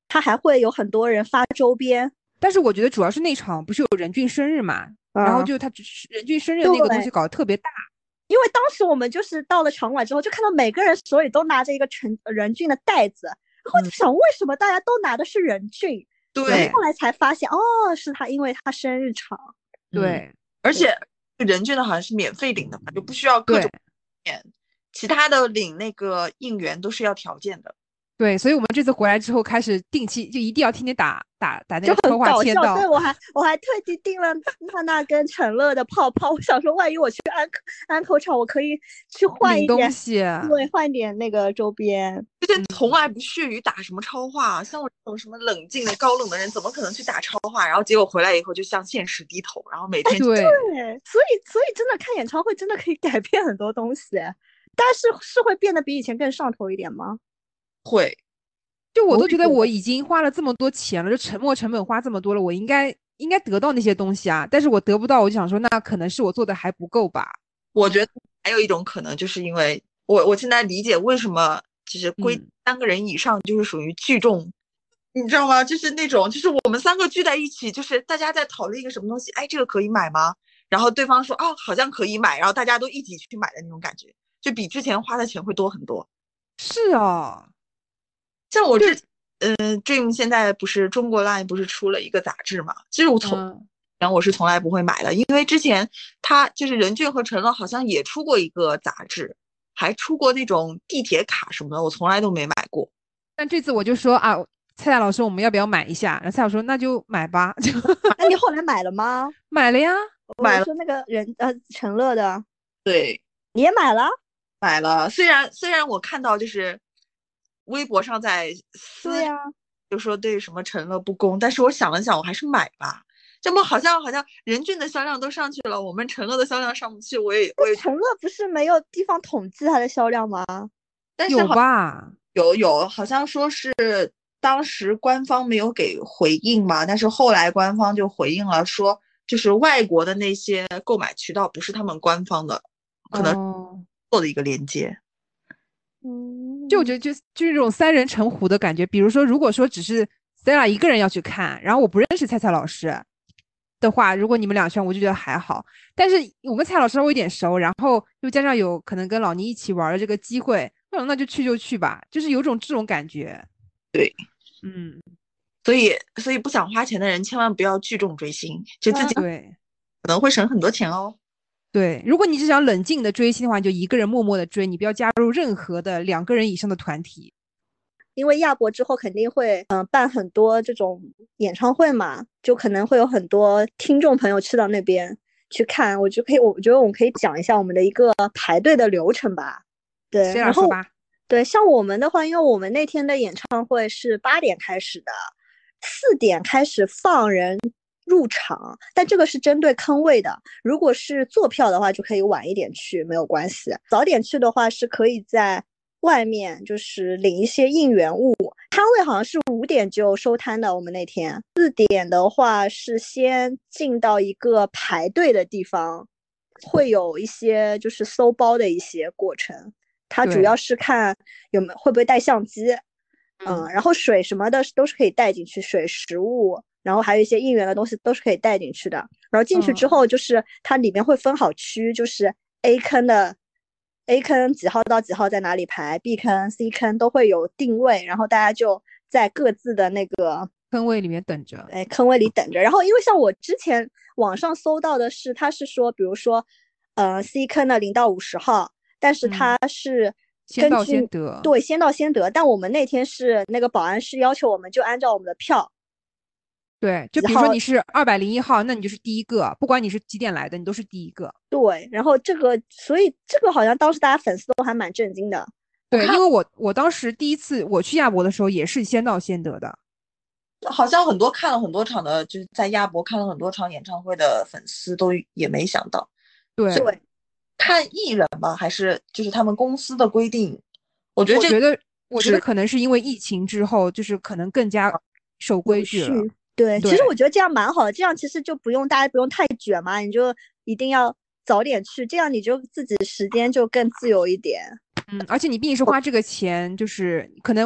他还会有很多人发周边。 但是我觉得主要是那场不是有任俊生日嘛， 嗯、 然后就他任俊生日那个东西搞得特别大。 因为当时我们就是到了场馆之后，就看到每个人手里都拿着一个陈任俊的袋子，然后就想为什么大家都拿的是任俊？ 对， 后来才发现哦，是他，因为他生日场。 对， 嗯、而且任俊的好像是免费领的嘛，就不需要各种钱，其他的领那个应援都是要条件的。 对，所以我们这次回来之后开始定期就一定要天天打打打那个超话签到。 对，我还我还特地订了娜娜跟陈乐的泡泡，我想说万一我去安安口场，我可以去换一点东西， 对，换一点那个周边。 之前从来不屑于打什么超话，像我这种什么冷静的高冷的人，怎么可能去打超话？然后结果回来以后就向现实低头，然后每天对， 所以所以真的看演唱会真的可以改变很多东西，但是是会变得比以前更上头一点吗？ 会， 就我都觉得我已经花了这么多钱了，就沉没成本花这么多了，我应该应该得到那些东西啊，但是我得不到，我就想说，那可能是我做的还不够吧。 我觉得还有一种可能，就是因为我我现在理解为什么就是归三个人以上就是属于聚众、嗯，你知道吗？就是那种就是我们三个聚在一起，就是大家在讨论一个什么东西，哎，这个可以买吗？然后对方说啊，好像可以买，然后大家都一起去买的那种感觉，就比之前花的钱会多很多。 是啊。 像我之嗯、呃、，Dream 现在不是中国 Line 不是出了一个杂志嘛？其实我从然后我是从来不会买的，因为之前他就是任俊和陈乐好像也出过一个杂志，还出过那种地铁卡什么的，我从来都没买过。 但这次我就说啊，蔡蔡老师，我们要不要买一下？然后蔡老师说那就买吧。 那你后来买了吗？ 买了呀， 买了。我说那个人呃陈乐的， 对， 你也买了？ 买了。虽然虽然我看到就是微博上在撕， 对呀、啊， 就说对什么陈乐不公，但是我想了想，我还是买吧。这么好像好像任俊的销量都上去了，我们陈乐的销量上不去，我也我也陈乐不是没有地方统计它的销量吗？ 但是有吧？ 有有，好像说是当时官方没有给回应嘛，但是后来官方就回应了，说就是外国的那些购买渠道不是他们官方的，可能做的一个连接。 嗯， 就我觉得就就是这种三人成虎的感觉。比如说，如果说只是 Stella 一个人要去看，然后我不认识蔡蔡老师的话，如果你们俩去，我就觉得还好。但是我跟蔡老师稍微有点熟，然后又加上有可能跟老倪一起玩的这个机会，那就去就去吧，就是有种这种感觉。 对， 嗯， 所以所以不想花钱的人千万不要聚众追星，就自己对可能会省很多钱哦。 对，如果你只想冷静的追星的话，你就一个人默默的追，你不要加入任何的两个人以上的团体。 因为亚博之后肯定会嗯、呃、办很多这种演唱会嘛，就可能会有很多听众朋友去到那边去看，我就可以，我觉得我们可以讲一下我们的一个排队的流程吧。对，然后对，像我们的话，因为我们那天的演唱会是八点开始的，四点开始放人入场，但这个是针对坑位的，如果是坐票的话就可以晚一点去，没有关系。早点去的话是可以在外面就是领一些应援物，摊位好像是五点就收摊的，我们那天四点的话是先进到一个排队的地方，会有一些就是搜包的一些过程，它主要是看有没有会不会带相机，嗯，然后水什么的都是可以带进去，水食物，然后还有一些应援的东西都是可以带进去的。然后进去之后就是它里面会分好区，就是 A 坑的 A 坑几号到几号在哪里排， B 坑 C 坑都会有定位，然后大家就在各自的那个坑位里面等着， 哎，坑位里等着。然后因为像我之前网上搜到的是，他是说比如说呃 C 坑的零到五十号，但是他是根据、 嗯、先到先得， 对，先到先得。但我们那天是那个保安室要求我们就按照我们的票， 对，就比如说你是二百零一号，那你就是第一个，不管你是几点来的，你都是第一个。 对，然后这个，所以这个好像当时大家粉丝都还蛮震惊的。 对，因为我我当时第一次我去亚博的时候也是先到先得的。 好像很多看了很多场的，就是在亚博看了很多场演唱会的粉丝都也没想到。 对， 看艺人吧，还是就是他们公司的规定？我觉得这我觉得我觉得可能是因为疫情之后，就是可能更加守规矩了。 对，其实我觉得这样蛮好的，这样其实就不用大家不用太卷嘛，你就一定要早点去，这样你就自己时间就更自由一点。 嗯，而且你毕竟是花这个钱，就是可能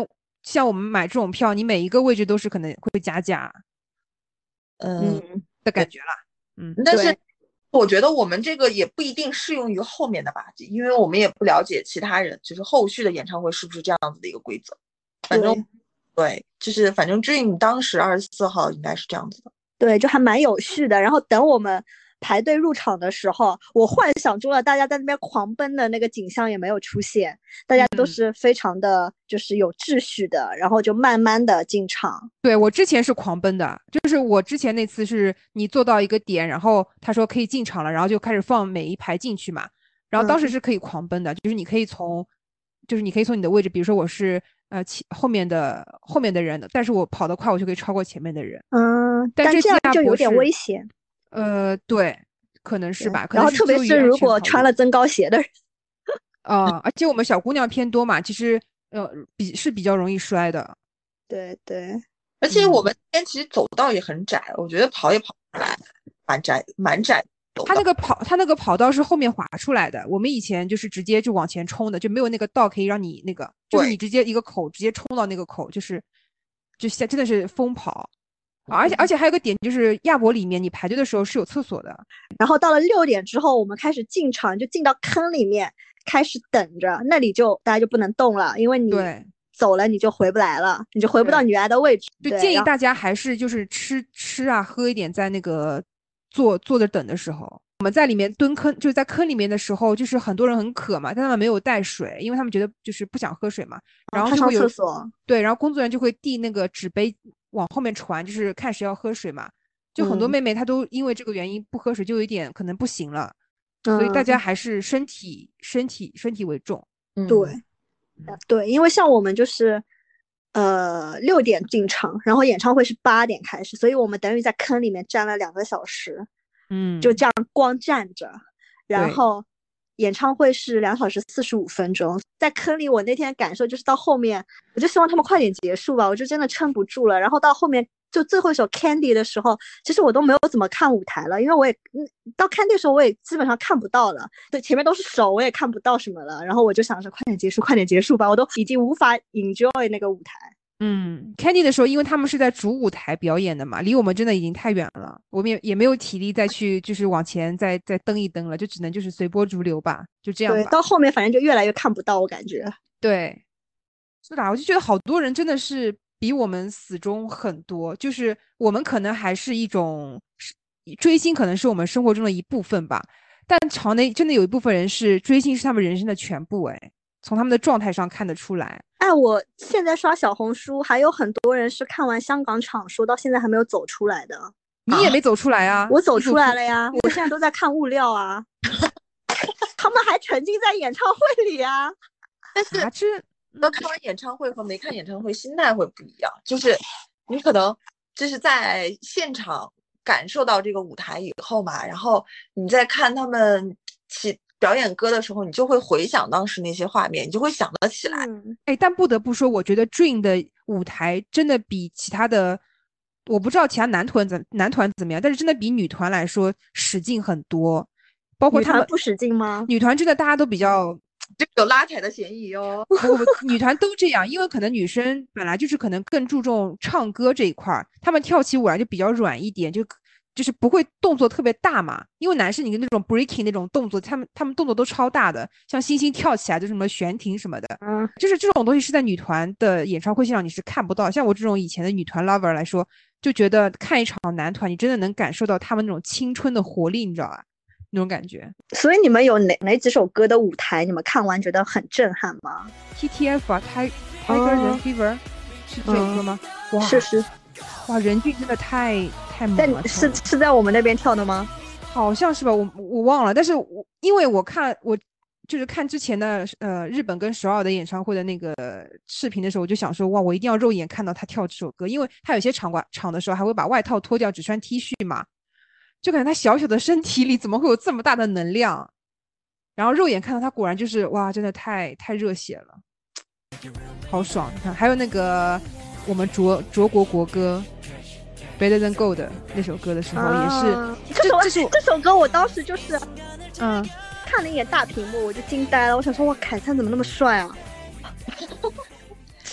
像我们买这种票，你每一个位置都是可能会加价， 嗯的感觉啦。嗯， 但是我觉得我们这个也不一定适用于后面的吧，因为我们也不了解其他人，就是后续的演唱会是不是这样子的一个规则。反正 对, 对，就是反正 Dream 当时二十四号应该是这样子的。 对，就还蛮有序的。然后等我们排队入场的时候，我幻想中了大家在那边狂奔的那个景象也没有出现，大家都是非常的就是有秩序的，然后就慢慢的进场。 对，我之前是狂奔的，就是我之前那次是你坐到一个点，然后他说可以进场了，然后就开始放每一排进去嘛，然后当时是可以狂奔的，嗯、就是你可以从就是你可以从你的位置，比如说我是呃后面的后面的人，但是我跑得快，我就可以超过前面的人。 嗯， 但这样就有点危险。 呃，对，可能是吧。可能是然后特别是如果穿了增高鞋的人， 啊、呃，而且我们小姑娘偏多嘛，其实呃比是比较容易摔的。 对对， 而且我们今天其实走道也很窄，嗯、我觉得跑也跑不来，蛮窄蛮窄。 他那个跑，他那个跑道是后面划出来的，我们以前就是直接就往前冲的，就没有那个道可以让你那个，就是你直接一个口直接冲到那个口，就是就现真的是疯跑。啊、而且而且还有个点就是亚博里面你排队的时候是有厕所的， 然后到了六点之后我们开始进场，就进到坑里面开始等着，那里就大家就不能动了，因为你走了你就回不来了，你就回不到你原来的位置。 就建议大家还是就是吃吃啊喝一点，在那个坐坐着等的时候，我们在里面蹲坑，就是在坑里面的时候，就是很多人很渴嘛，但他们没有带水，因为他们觉得就是不想喝水嘛，然后就会有、 哦、上厕所， 对，然后工作人员就会递那个纸杯往后面传，就是看谁要喝水嘛，就很多妹妹她都因为这个原因不喝水，就有一点可能不行了，嗯、所以大家还是身体身体身体为重。 嗯、对、嗯、对，因为像我们就是呃六点进场，然后演唱会是八点开始，所以我们等于在坑里面站了两个小时， 嗯， 就这样光站着，然后演唱会是两小时四十五分钟，在坑里我那天感受就是到后面我就希望他们快点结束吧，我就真的撑不住了，然后到后面就最后一首 Candy 的时候，其实我都没有怎么看舞台了，因为我也到 Candy 的时候我也基本上看不到了，对，前面都是手我也看不到什么了，然后我就想着快点结束快点结束吧，我都已经无法 enjoy 那个舞台。 嗯 Candy 的时候因为他们是在主舞台表演的嘛，离我们真的已经太远了，我们也也没有体力再去就是往前再再蹬一蹬了，就只能就是随波逐流吧，就这样吧。 对，到后面反正就越来越看不到，我感觉。 对，是的，我就觉得好多人真的是比我们死忠很多，就是我们可能还是一种追星可能是我们生活中的一部分吧，但场内真的有一部分人是追星是他们人生的全部，哎，从他们的状态上看得出来。 哎，我现在刷小红书还有很多人是看完香港场说到现在还没有走出来的。 你也没走出来啊？ 我走出来了呀，我现在都在看物料啊。他们还沉浸在演唱会里啊。 但是那看完演唱会和没看演唱会心态会不一样，就是你可能就是在现场感受到这个舞台以后嘛，然后你在看他们起表演歌的时候，你就会回想当时那些画面，你就会想得起来。 嗯、哎，但不得不说，我觉得 Dream 的舞台真的比其他的，我不知道其他男团怎男团怎么样，但是真的比女团来说使劲很多。包括他们女团不使劲吗？ 女团真的大家都比较这有拉踩的嫌疑哦。 不不不，女团都这样，因为可能女生本来就是可能更注重唱歌这一块，她们跳起舞来就比较软一点，就。就是不会动作特别大嘛，因为男生你那种 breaking 那种动作，他们他们动作都超大的，像星星跳起来就什么悬停什么的， 嗯， 就是这种东西是在女团的演唱会现场你是看不到。像我这种以前的女团 lover 来说，就觉得看一场男团，你真的能感受到他们那种青春的活力，你知道吧？那种感觉。 所以你们有哪哪几首歌的舞台，你们看完觉得很震撼吗 ？T T F 啊 ，Tiger and Fever 是这首歌吗？ 哇，是是。 哇，任俊真的太太猛了！ 是是在我们那边跳的吗？ 好像是吧，我我忘了。但是我因为我看我就是看之前的呃日本跟首尔的演唱会的那个视频的时候，我就想说哇，我一定要肉眼看到他跳这首歌，因为他有些场馆场的时候还会把外套脱掉，只穿 T 恤嘛，就感觉他小小的身体里怎么会有这么大的能量？然后肉眼看到他，果然就是哇，真的太太热血了，好爽！你看，还有那个。我们卓卓国国歌 Better Than Gold 那首歌的时候也是、 啊、这首这这这首歌我当时就是嗯看了一眼大屏幕我就惊呆了，我想说哇，凯灿怎么那么帅啊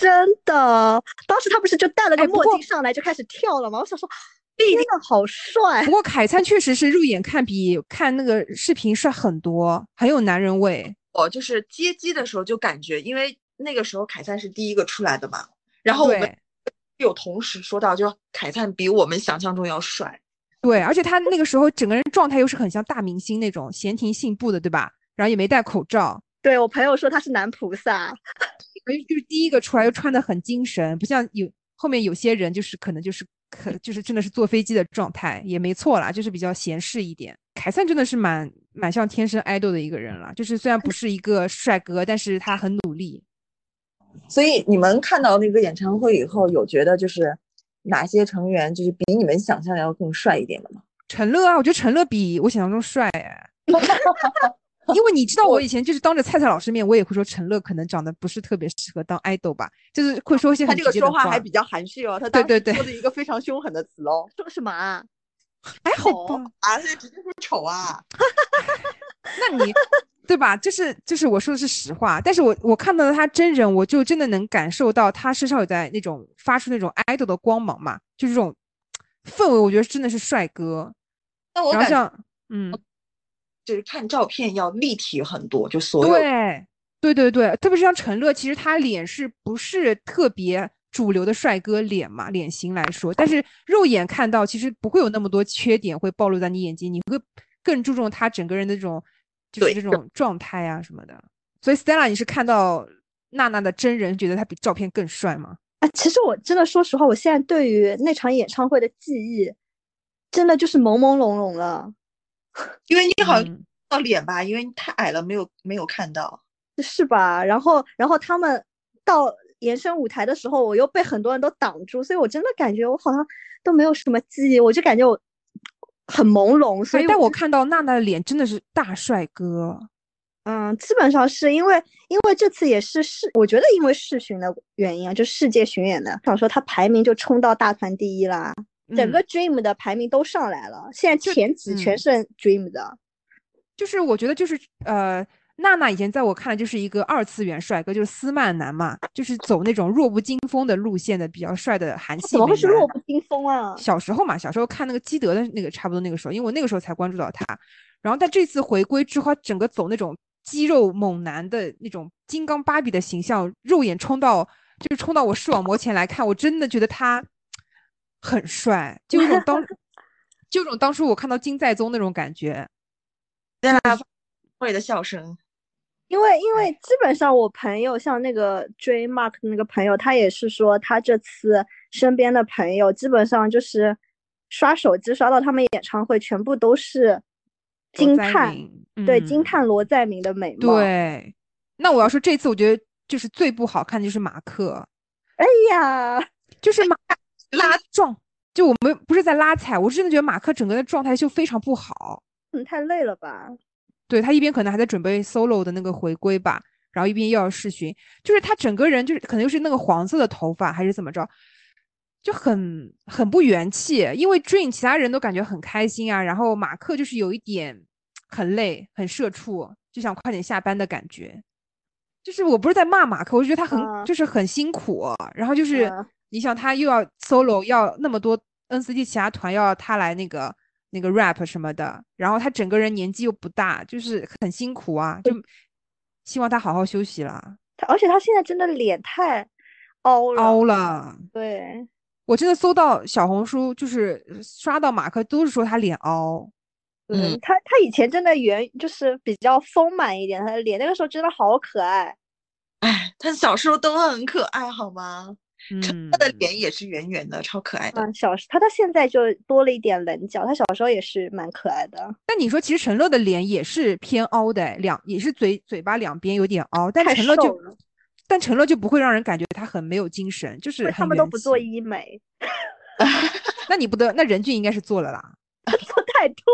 真的，当时他不是就戴了个哎不过墨镜上来就开始跳了吗？我想说，天呐，好帅不！过凯灿确实是肉眼看比看那个视频帅很多，很有男人味。 我就是接机的时候就感觉，因为那个时候凯灿是第一个出来的嘛，然后我们对有同时说到，就凯灿比我们想象中要帅。 对，而且他那个时候整个人状态又是很像大明星那种闲庭信步的，对吧？然后也没戴口罩， 对，我朋友说他是男菩萨， 就是第一个出来又穿的很精神，不像有后面有些人就是可能就是可就是真的是坐飞机的状态，也没错啦，就是比较闲适一点。凯灿真的是蛮蛮像天生 idol 的一个人了，就是虽然不是一个帅哥，但是他很努力。 所以你们看到那个演唱会以后，有觉得就是哪些成员就是比你们想象的要更帅一点的吗？ 陈乐啊，我觉得陈乐比我想象中帅哎。因为你知道，我以前就是当着蔡蔡老师面，我也会说陈乐可能长得不是特别适合当 idol 吧，就是会说一些他这个说很直接的话还比较含蓄哦，他对对对说的一个非常凶狠的词哦， 说什么啊？ 还好吧？ 啊，现在直接说丑啊！ 那你对吧？就是就是我说的是实话，但是我我看到了他真人，我就真的能感受到他身上有在那种发出那种 idol 的光芒嘛，就是这种氛围，我觉得真的是帅哥。 那我感觉然后像嗯。 就是看照片要立体很多，就所有对对对对，特别是像陈乐，其实他脸是不是特别主流的帅哥脸嘛，脸型来说，但是肉眼看到其实不会有那么多缺点会暴露在你眼睛，你会更注重他整个人的这种就是这种状态啊什么的。所以 Stella， 你是看到娜娜的真人，觉得他比照片更帅吗？ 啊，其实我真的说实话，我现在对于那场演唱会的记忆，真的就是朦朦胧胧了。 因为你好像嗯到脸吧，因为你太矮了，没有没有看到， 是吧？然后，然后他们到延伸舞台的时候，我又被很多人都挡住，所以我真的感觉我好像都没有什么记忆，我就感觉我很朦胧。所以哎，但我看到娜娜的脸真的是大帅哥。 嗯，基本上是因为因为这次也是世，我觉得因为世巡的原因啊，就世界巡演的，想说他排名就冲到大团第一啦，整个 Dream 的排名都上来了，现在前几全是 Dream 的。 就是我觉得就是呃，娜娜以前在我看来就是一个二次元帅哥，就是斯曼男嘛，就是走那种弱不禁风的路线的比较帅的韩系。 怎么会是弱不禁风啊？ 小时候嘛，小时候看那个基德的那个，差不多那个时候，因为我那个时候才关注到他。然后但这次回归之后，他整个走那种肌肉猛男的那种金刚芭比的形象，肉眼冲到就是冲到我视网膜前来看，我真的觉得他很帅，就有种当就有种当初我看到金在宗那种感觉。 在那会的笑声， 因为因为基本上我朋友像那个追 Mark 的那个朋友，他也是说他这次身边的朋友基本上就是刷手机刷到他们演唱会，全部都是惊叹， 嗯、 对惊叹罗在明的美貌。 对，那我要说这次我觉得就是最不好看的就是马克， 哎呀， 就是马拉状，就我们不是在拉踩，我真的觉得马克整个的状态就非常不好。 嗯，太累了吧？ 对，他一边可能还在准备 solo 的那个回归吧，然后一边又要试巡，就是他整个人就是可能又是那个黄色的头发还是怎么着，就很很不元气。因为 Dream 其他人都感觉很开心啊，然后马克就是有一点很累很社畜，就想快点下班的感觉。就是我不是在骂马克，我就觉得他很、uh, 就是很辛苦，然后就是、uh, 你想他又要 solo 要那么多 N C T 其他团要他来那个那个 rap 什么的，然后他整个人年纪又不大，就是很辛苦啊，就希望他好好休息啦。 而且他现在真的脸太凹了， 凹了。 对， 我真的搜到小红书，就是刷到马克都是说他脸凹。 嗯，他他以前真的圆，就是比较丰满一点，他的脸那个时候真的好可爱。 哎，他小时候都很可爱，好吗？嗯，他的脸也是圆圆的，超可爱的。 嗯，小时他他现在就多了一点棱角，他小时候也是蛮可爱的。 但你说，其实陈乐的脸也是偏凹的，两也是嘴嘴巴两边有点凹，但陈乐就，但陈乐就不会让人感觉他很没有精神，就是很他们都不做医美。 那你不得，那任俊应该是做了啦， 做太多。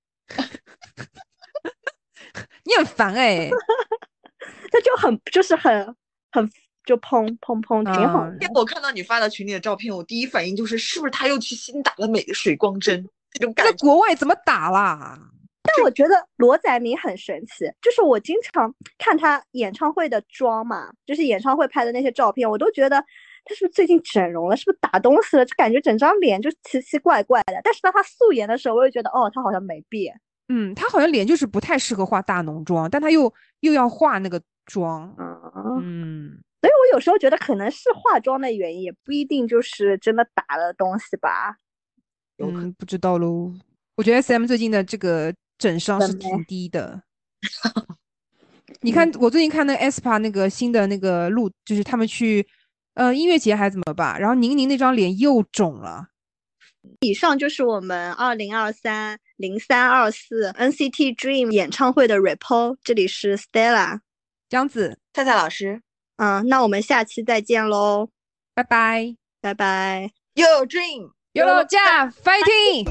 你很烦哎、欸， 他就很就是很很就砰砰砰，挺好的。 嗯、我看到你发到群里的照片，我第一反应就是是不是他又去新打了美的水光针这种感觉？ 在国外怎么打啦？ 但但我觉得罗载明很神奇，就是我经常看他演唱会的妆嘛，就是演唱会拍的那些照片，我都觉得他是不是最近整容了，是不是打东西了，就感觉整张脸就奇奇怪怪的。但是当他素颜的时候，我又觉得哦，他好像没变。 嗯，他好像脸就是不太适合化大浓妆，但他又又要化那个妆。 嗯嗯， 所以我有时候觉得可能是化妆的原因，也不一定就是真的打了东西吧。 嗯，不知道喽。我觉得 S M 最近的这个整伤是挺低的。你看，我最近看那个 aespa 那个新的那个录，就是他们去呃音乐节还是怎么吧，然后宁宁那张脸又肿了。 以上就是我们二零二三零三二四 N C T Dream 演唱会的 report。这里是 Stella 姜子菜菜老师， 嗯，那我们下期再见喽， 拜拜， 拜拜。 Yo Dream， 有老家 fighting。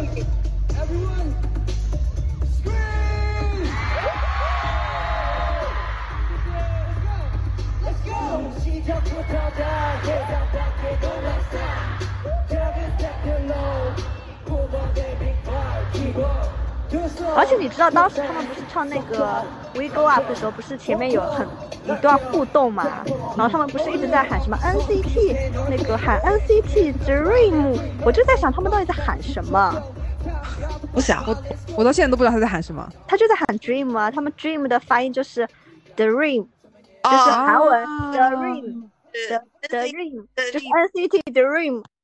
而且你知道当时他们不是唱那个 We Go Up 的时候，不是前面有很一段互动嘛，然后他们不是一直在喊什么 N C T 那个喊 N C T Dream， 我就在想他们到底在喊什么。 我想我我到现在都不知道他在喊什么。 他就在喊 Dream 啊，他们 Dream 的发音就是 Dream， 就是韩文 Dream， The Dream 就是 N C T Dream。